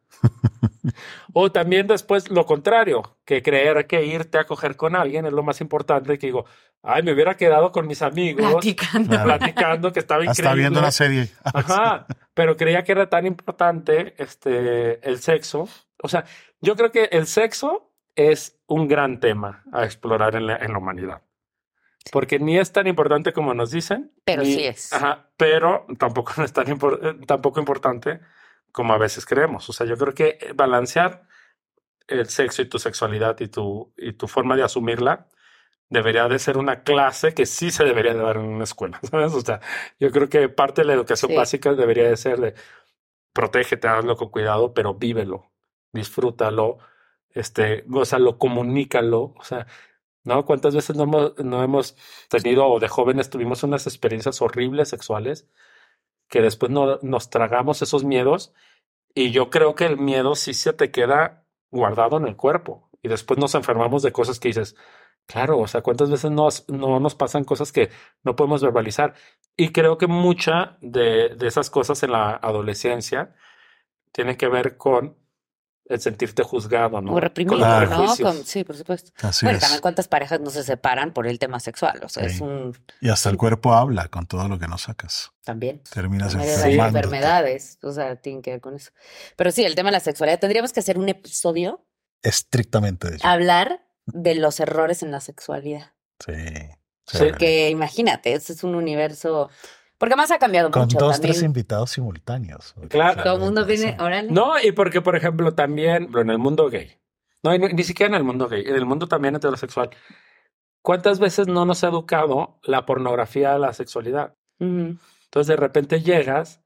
O también después lo contrario, que creer que irte a coger con alguien es lo más importante, que digo, ay, me hubiera quedado con mis amigos platicando que estaba increíble. Hasta viendo una serie. Ajá, pero creía que era tan importante el sexo. O sea, yo creo que el sexo es un gran tema a explorar en la humanidad. Porque ni es tan importante como nos dicen. Pero sí es. Ajá, pero tampoco no es tampoco importante como a veces creemos. O sea, yo creo que balancear el sexo y tu sexualidad y tu forma de asumirla debería de ser una clase que sí se debería de dar en una escuela, ¿sabes? O sea, yo creo que parte de la educación básica debería de ser de protégete, hazlo con cuidado, pero vívelo, disfrútalo, gózalo, comunícalo. O sea, ¿no? ¿Cuántas veces no hemos tenido, o de jóvenes tuvimos unas experiencias horribles sexuales que después nos tragamos esos miedos? Y yo creo que el miedo sí se te queda guardado en el cuerpo y después nos enfermamos de cosas que dices, claro, o sea, ¿cuántas veces no nos pasan cosas que no podemos verbalizar? Y creo que mucha de esas cosas en la adolescencia tienen que ver con el sentirte juzgado, ¿no? O reprimido, ¿no? Sí, por supuesto. Bueno, también cuántas parejas no se separan por el tema sexual, o sea, es un... Y hasta el cuerpo habla con todo lo que no sacas. También. Terminas enfermándote. Enfermedades, o sea, tienen que ver con eso. Pero sí, el tema de la sexualidad, tendríamos que hacer un episodio estrictamente de eso. Hablar de los errores en la sexualidad. Sí. Porque imagínate, este es un universo... Porque más ha cambiado con mucho. Con también. 3 invitados simultáneos. Claro. Todo el mundo viene, órale. No, y porque, por ejemplo, también en el mundo gay. No, ni siquiera en el mundo gay, en el mundo también heterosexual. ¿Cuántas veces no nos ha educado la pornografía a la sexualidad? Entonces, de repente llegas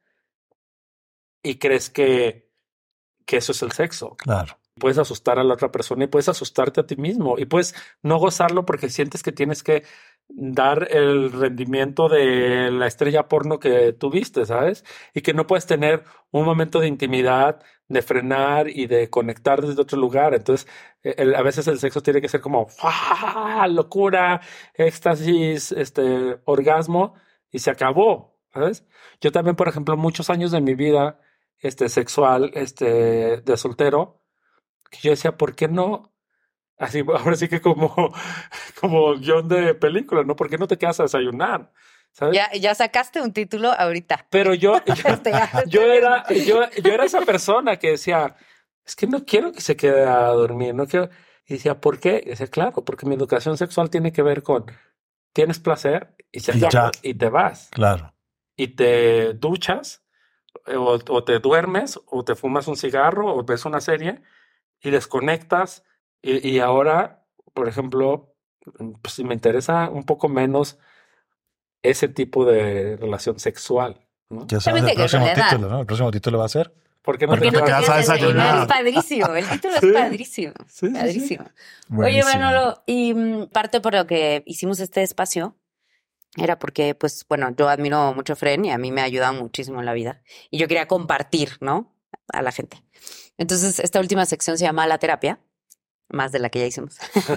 y crees que eso es el sexo. Claro. Puedes asustar a la otra persona y puedes asustarte a ti mismo y puedes no gozarlo porque sientes que tienes que dar el rendimiento de la estrella porno que tuviste, ¿sabes? Y que no puedes tener un momento de intimidad, de frenar y de conectar desde otro lugar. Entonces, a veces el sexo tiene que ser como ¡ah! Locura, éxtasis, orgasmo, y se acabó, ¿sabes? Yo también, por ejemplo, muchos años de mi vida sexual, de soltero, que yo decía, ¿por qué no? Así, ahora sí que como guión de película, ¿no? ¿Por qué no te quedas a desayunar? ¿Sabes? Ya sacaste un título ahorita. Pero yo era esa persona que decía, es que no quiero que se quede a dormir, no quiero. Y decía, ¿por qué? Y decía, claro, porque mi educación sexual tiene que ver con, tienes placer y te vas. Claro. Y te duchas, o te duermes, o te fumas un cigarro, o ves una serie y desconectas. Y ahora, por ejemplo, pues me interesa un poco menos ese tipo de relación sexual, ¿no? Ya sabes el próximo título, ¿no? El próximo título va a ser ¿por qué no te quedas a desayunar? Es padrísimo, el título es padrísimo. Sí, padrísimo. Sí. Oye, Manolo, y parte por lo que hicimos este espacio era porque, pues, bueno, yo admiro mucho a Fren y a mí me ha ayudado muchísimo en la vida. Y yo quería compartir, ¿no? A la gente. Entonces, esta última sección se llama La Terapia. Más de la que ya hicimos.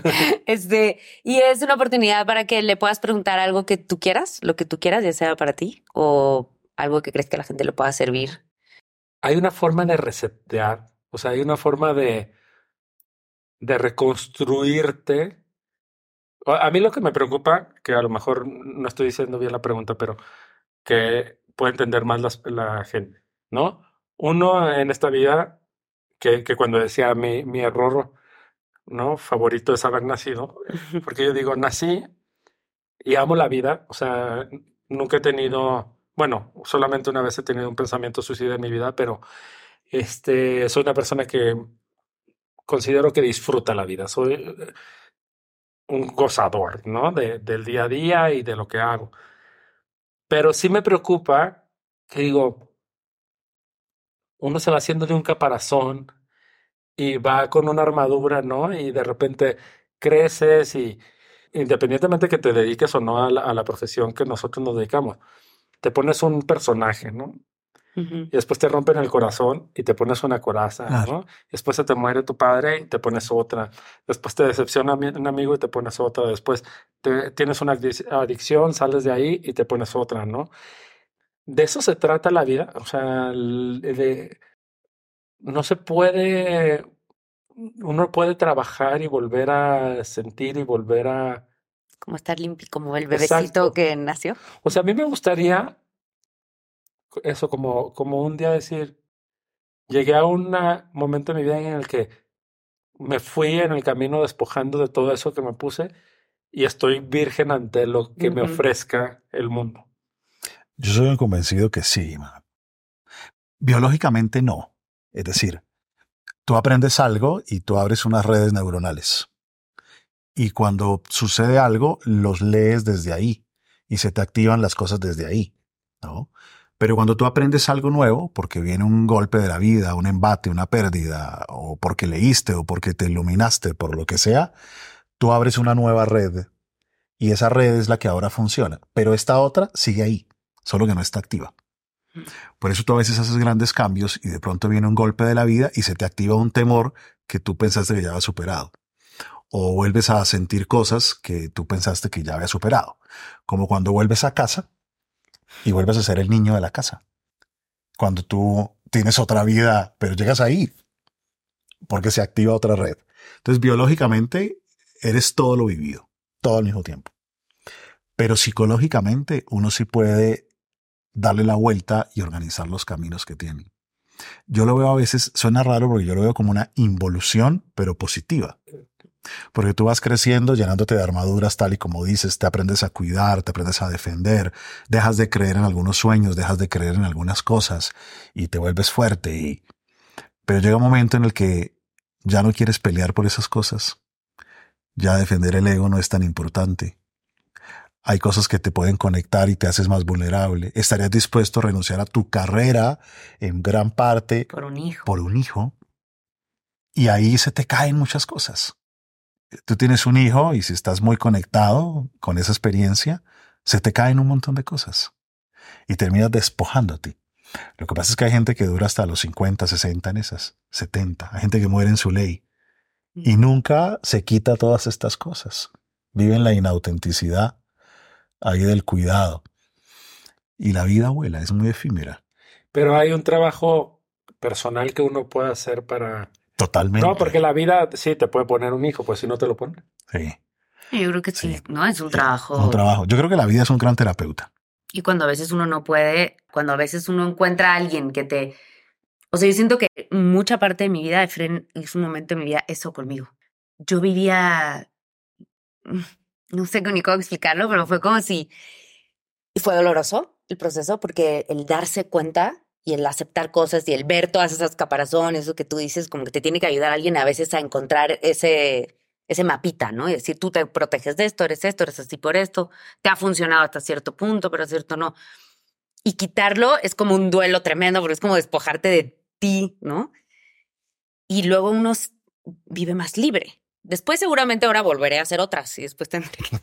Y es una oportunidad para que le puedas preguntar algo que tú quieras, lo que tú quieras, ya sea para ti o algo que crees que a la gente le pueda servir. Hay una forma de resetear, o sea, hay una forma de reconstruirte. A mí lo que me preocupa, que a lo mejor no estoy diciendo bien la pregunta, pero que puede entender más la gente, ¿no? Uno en esta vida, que cuando decía mi error, ¿no? favorito es haber nacido, porque yo digo, nací y amo la vida, o sea, nunca he tenido, bueno, solamente una vez he tenido un pensamiento suicida en mi vida, pero soy una persona que considero que disfruta la vida, soy un gozador, ¿no? del día a día y de lo que hago. Pero sí me preocupa que digo, uno se va haciendo de un caparazón y va con una armadura, ¿no? Y de repente creces y independientemente que te dediques o no a la profesión que nosotros nos dedicamos, te pones un personaje, ¿no? Y después te rompen el corazón y te pones una coraza, claro. ¿no? Después se te muere tu padre y te pones otra. Después te decepciona un amigo y te pones otra. Después tienes una adicción, sales de ahí y te pones otra, ¿no? De eso se trata la vida, o sea, no se puede, uno puede trabajar y volver a sentir y volver a... Como estar limpio, como el bebecito Exacto. que nació. O sea, a mí me gustaría eso, como un día decir, llegué a un momento en mi vida en el que me fui en el camino despojando de todo eso que me puse y estoy virgen ante lo que me ofrezca el mundo. Yo soy un convencido que sí, man. Biológicamente no. Es decir, tú aprendes algo y tú abres unas redes neuronales. Y cuando sucede algo, los lees desde ahí y se te activan las cosas desde ahí, ¿no? Pero cuando tú aprendes algo nuevo, porque viene un golpe de la vida, un embate, una pérdida, o porque leíste, o porque te iluminaste, por lo que sea, tú abres una nueva red y esa red es la que ahora funciona. Pero esta otra sigue ahí, solo que no está activa. Por eso tú a veces haces grandes cambios y de pronto viene un golpe de la vida y se te activa un temor que tú pensaste que ya habías superado. O vuelves a sentir cosas que tú pensaste que ya habías superado. Como cuando vuelves a casa y vuelves a ser el niño de la casa. Cuando tú tienes otra vida, pero llegas ahí porque se activa otra red. Entonces, biológicamente, eres todo lo vivido, todo al mismo tiempo. Pero psicológicamente, uno sí puede darle la vuelta y organizar los caminos que tiene. Yo lo veo a veces, suena raro porque yo lo veo como una involución, pero positiva. Porque tú vas creciendo, llenándote de armaduras tal y como dices, te aprendes a cuidar, te aprendes a defender, dejas de creer en algunos sueños, dejas de creer en algunas cosas y te vuelves fuerte. Pero llega un momento en el que ya no quieres pelear por esas cosas. Ya defender el ego no es tan importante. Hay cosas que te pueden conectar y te haces más vulnerable. ¿Estarías dispuesto a renunciar a tu carrera en gran parte por un hijo? Por un hijo. Y ahí se te caen muchas cosas. Tú tienes un hijo y si estás muy conectado con esa experiencia, se te caen un montón de cosas y terminas despojándote. Lo que pasa es que hay gente que dura hasta los 50, 60 en esas, 70. Hay gente que muere en su ley y nunca se quita todas estas cosas. Vive en la inautenticidad, ahí del cuidado. Y la vida vuela, es muy efímera. Pero hay un trabajo personal que uno puede hacer para... Totalmente. No, porque la vida sí te puede poner un hijo, pues si no te lo pone. Sí. Yo creo que sí, ¿no? Es un trabajo. Un trabajo. Yo creo que la vida es un gran terapeuta. Y cuando a veces uno no puede, cuando a veces uno encuentra a alguien que te... O sea, yo siento que mucha parte de mi vida, Efren, es un momento de mi vida, eso conmigo. Yo vivía... No sé ni cómo explicarlo, pero fue como si... Y fue doloroso el proceso porque el darse cuenta y el aceptar cosas y el ver todas esas caparazones, eso que tú dices, como que te tiene que ayudar a alguien a veces a encontrar ese mapita, ¿no? Y decir, tú te proteges de esto, eres así por esto, te ha funcionado hasta cierto punto, pero cierto no. Y quitarlo es como un duelo tremendo porque es como despojarte de ti, ¿no? Y luego uno vive más libre. Después seguramente ahora volveré a hacer otras y después tendré que...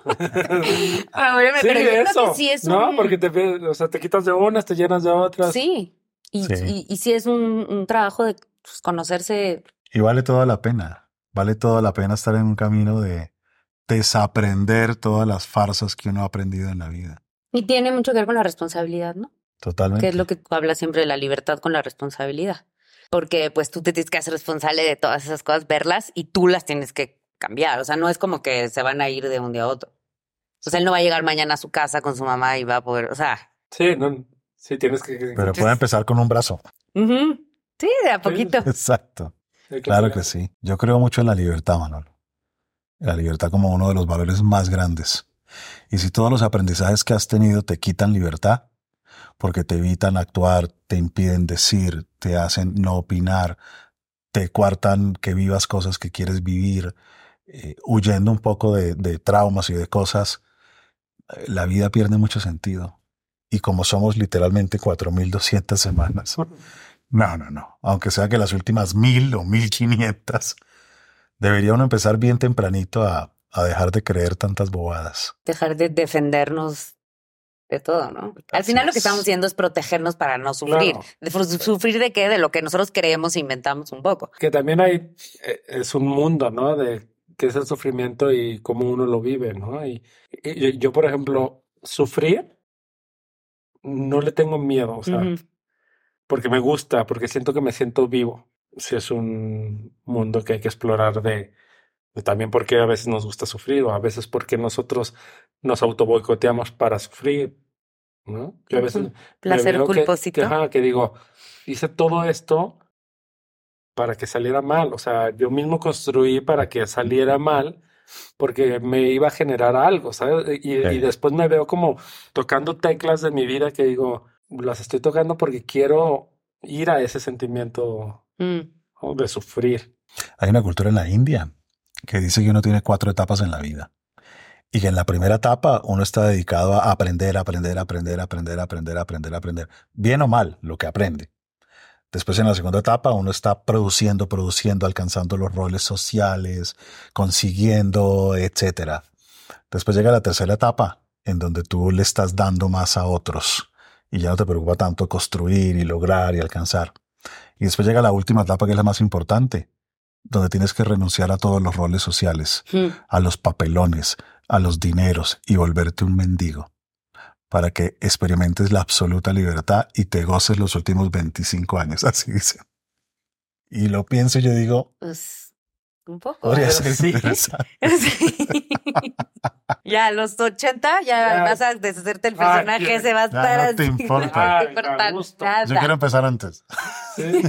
Sí, eso, sí es ¿no? Porque te quitas de unas, te llenas de otras. Sí, y sí es un trabajo de conocerse. Y vale toda la pena. Vale toda la pena estar en un camino de desaprender todas las farsas que uno ha aprendido en la vida. Y tiene mucho que ver con la responsabilidad, ¿no? Totalmente. Que es lo que habla siempre de la libertad con la responsabilidad. Porque pues tú te tienes que hacer responsable de todas esas cosas, verlas y tú las tienes que cambiar. O sea, no es como que se van a ir de un día a otro. O sea, él no va a llegar mañana a su casa con su mamá y va a poder, o sea... Sí, no, sí tienes que... Pero puede empezar con un brazo. Sí, de a poquito. Exacto. Claro que sí. Yo creo mucho en la libertad, Manolo. La libertad como uno de los valores más grandes. Y si todos los aprendizajes que has tenido te quitan libertad, porque te evitan actuar, te impiden decir, te hacen no opinar, te coartan que vivas cosas que quieres vivir, huyendo un poco de traumas y de cosas, la vida pierde mucho sentido. Y como somos literalmente 4.200 semanas, no. Aunque sea que las últimas 1.000 o 1.500, debería uno empezar bien tempranito a dejar de creer tantas bobadas. Dejar de defendernos de todo, ¿no? Al final lo que estamos haciendo es protegernos para no sufrir. Claro. ¿Sufrir de qué? De lo que nosotros creemos e inventamos un poco. Que también es un mundo, ¿no? De qué es el sufrimiento y cómo uno lo vive, ¿no? Y yo, por ejemplo, sufrir, no le tengo miedo, o sea, porque me gusta, porque siento que me siento vivo. Sí, es un mundo que hay que explorar de también porque a veces nos gusta sufrir o a veces porque nosotros nos auto boicoteamos para sufrir, ¿no? Yo a veces Placer culposito. que digo, hice todo esto para que saliera mal, o sea, yo mismo construí para que saliera mal porque me iba a generar algo, ¿sabes? Y después me veo como tocando teclas de mi vida que digo, las estoy tocando porque quiero ir a ese sentimiento ¿no? de sufrir. Hay una cultura en la India que dice que uno tiene 4 etapas en la vida y que en la primera etapa uno está dedicado a aprender, bien o mal lo que aprende. Después en la segunda etapa uno está produciendo, alcanzando los roles sociales, consiguiendo, etc. Después llega la tercera etapa en donde tú le estás dando más a otros y ya no te preocupa tanto construir y lograr y alcanzar. Y después llega la última etapa que es la más importante, donde tienes que renunciar a todos los roles sociales, a los papelones, a los dineros y volverte un mendigo para que experimentes la absoluta libertad y te goces los últimos 25 años, así dicen. Y lo pienso y yo digo... Pues, un poco. Podría ser interesante. Sí. Ya a los 80 ya vas a deshacerte el personaje, se va a estar no te así. importa. No te importa nada. Yo quiero empezar antes. Sí.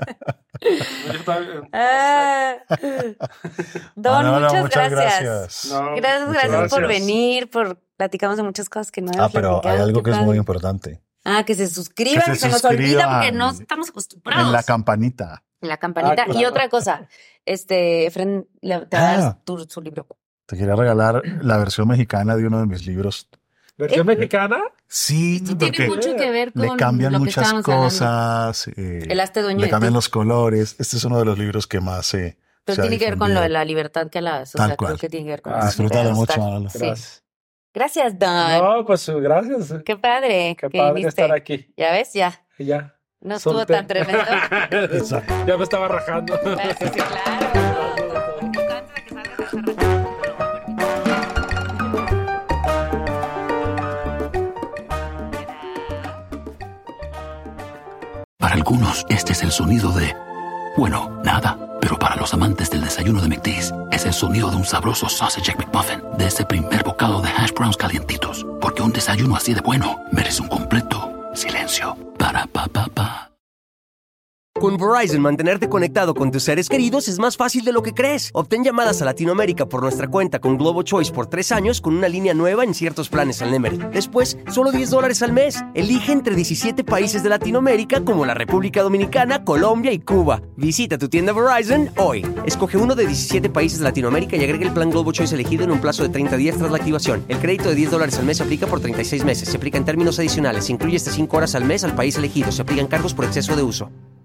Don, Manolo, muchas gracias. No, Gracias por venir, platicamos de muchas cosas que no hemos pero platicado. hay algo que es padre. muy importante. Que se suscriban, Que que se se nos olvida suscriban. porque no estamos acostumbrados. En la campanita. En la campanita. Claro. Y otra cosa, Efren te va a dar su libro. Te quería regalar la versión mexicana de uno de mis libros. ¿Versión mexicana? Sí, Tiene porque mucho que ver con le cambian lo que muchas estábamos hablando. cosas. El hazte dueño le de cambian ti. los colores. Este es uno de los libros que más se Pero ha tiene que ver con lo de difundido. la libertad que la Tal sociedad cual. creo que tiene que ver con Disfrútalo Me mucho, gusta. Manolo. Sí. Gracias. Gracias, Don. No, pues gracias. Qué padre Qué que padre viniste. estar aquí. Ya ves, ya. Ya. No estuvo Solté. tan tremendo. Exacto. Ya me estaba rajando. Sí, claro. Para algunos, este es el sonido de... Bueno, nada. Pero para los amantes del desayuno de McDee's, es el sonido de un sabroso Sausage Egg McMuffin, de ese primer bocado de hash browns calientitos. Porque un desayuno así de bueno merece un completo silencio. Para pa pa pa. Con Verizon, mantenerte conectado con tus seres queridos es más fácil de lo que crees. Obtén llamadas a Latinoamérica por nuestra cuenta con Globo Choice por 3 años con una línea nueva en ciertos planes al Nemery. Después, solo $10 al mes. Elige entre 17 países de Latinoamérica como la República Dominicana, Colombia y Cuba. Visita tu tienda Verizon hoy. Escoge uno de 17 países de Latinoamérica y agrega el plan Globo Choice elegido en un plazo de 30 días tras la activación. El crédito de $10 al mes se aplica por 36 meses. Se aplica en términos adicionales. Se incluye hasta 5 horas al mes al país elegido. Se aplican cargos por exceso de uso.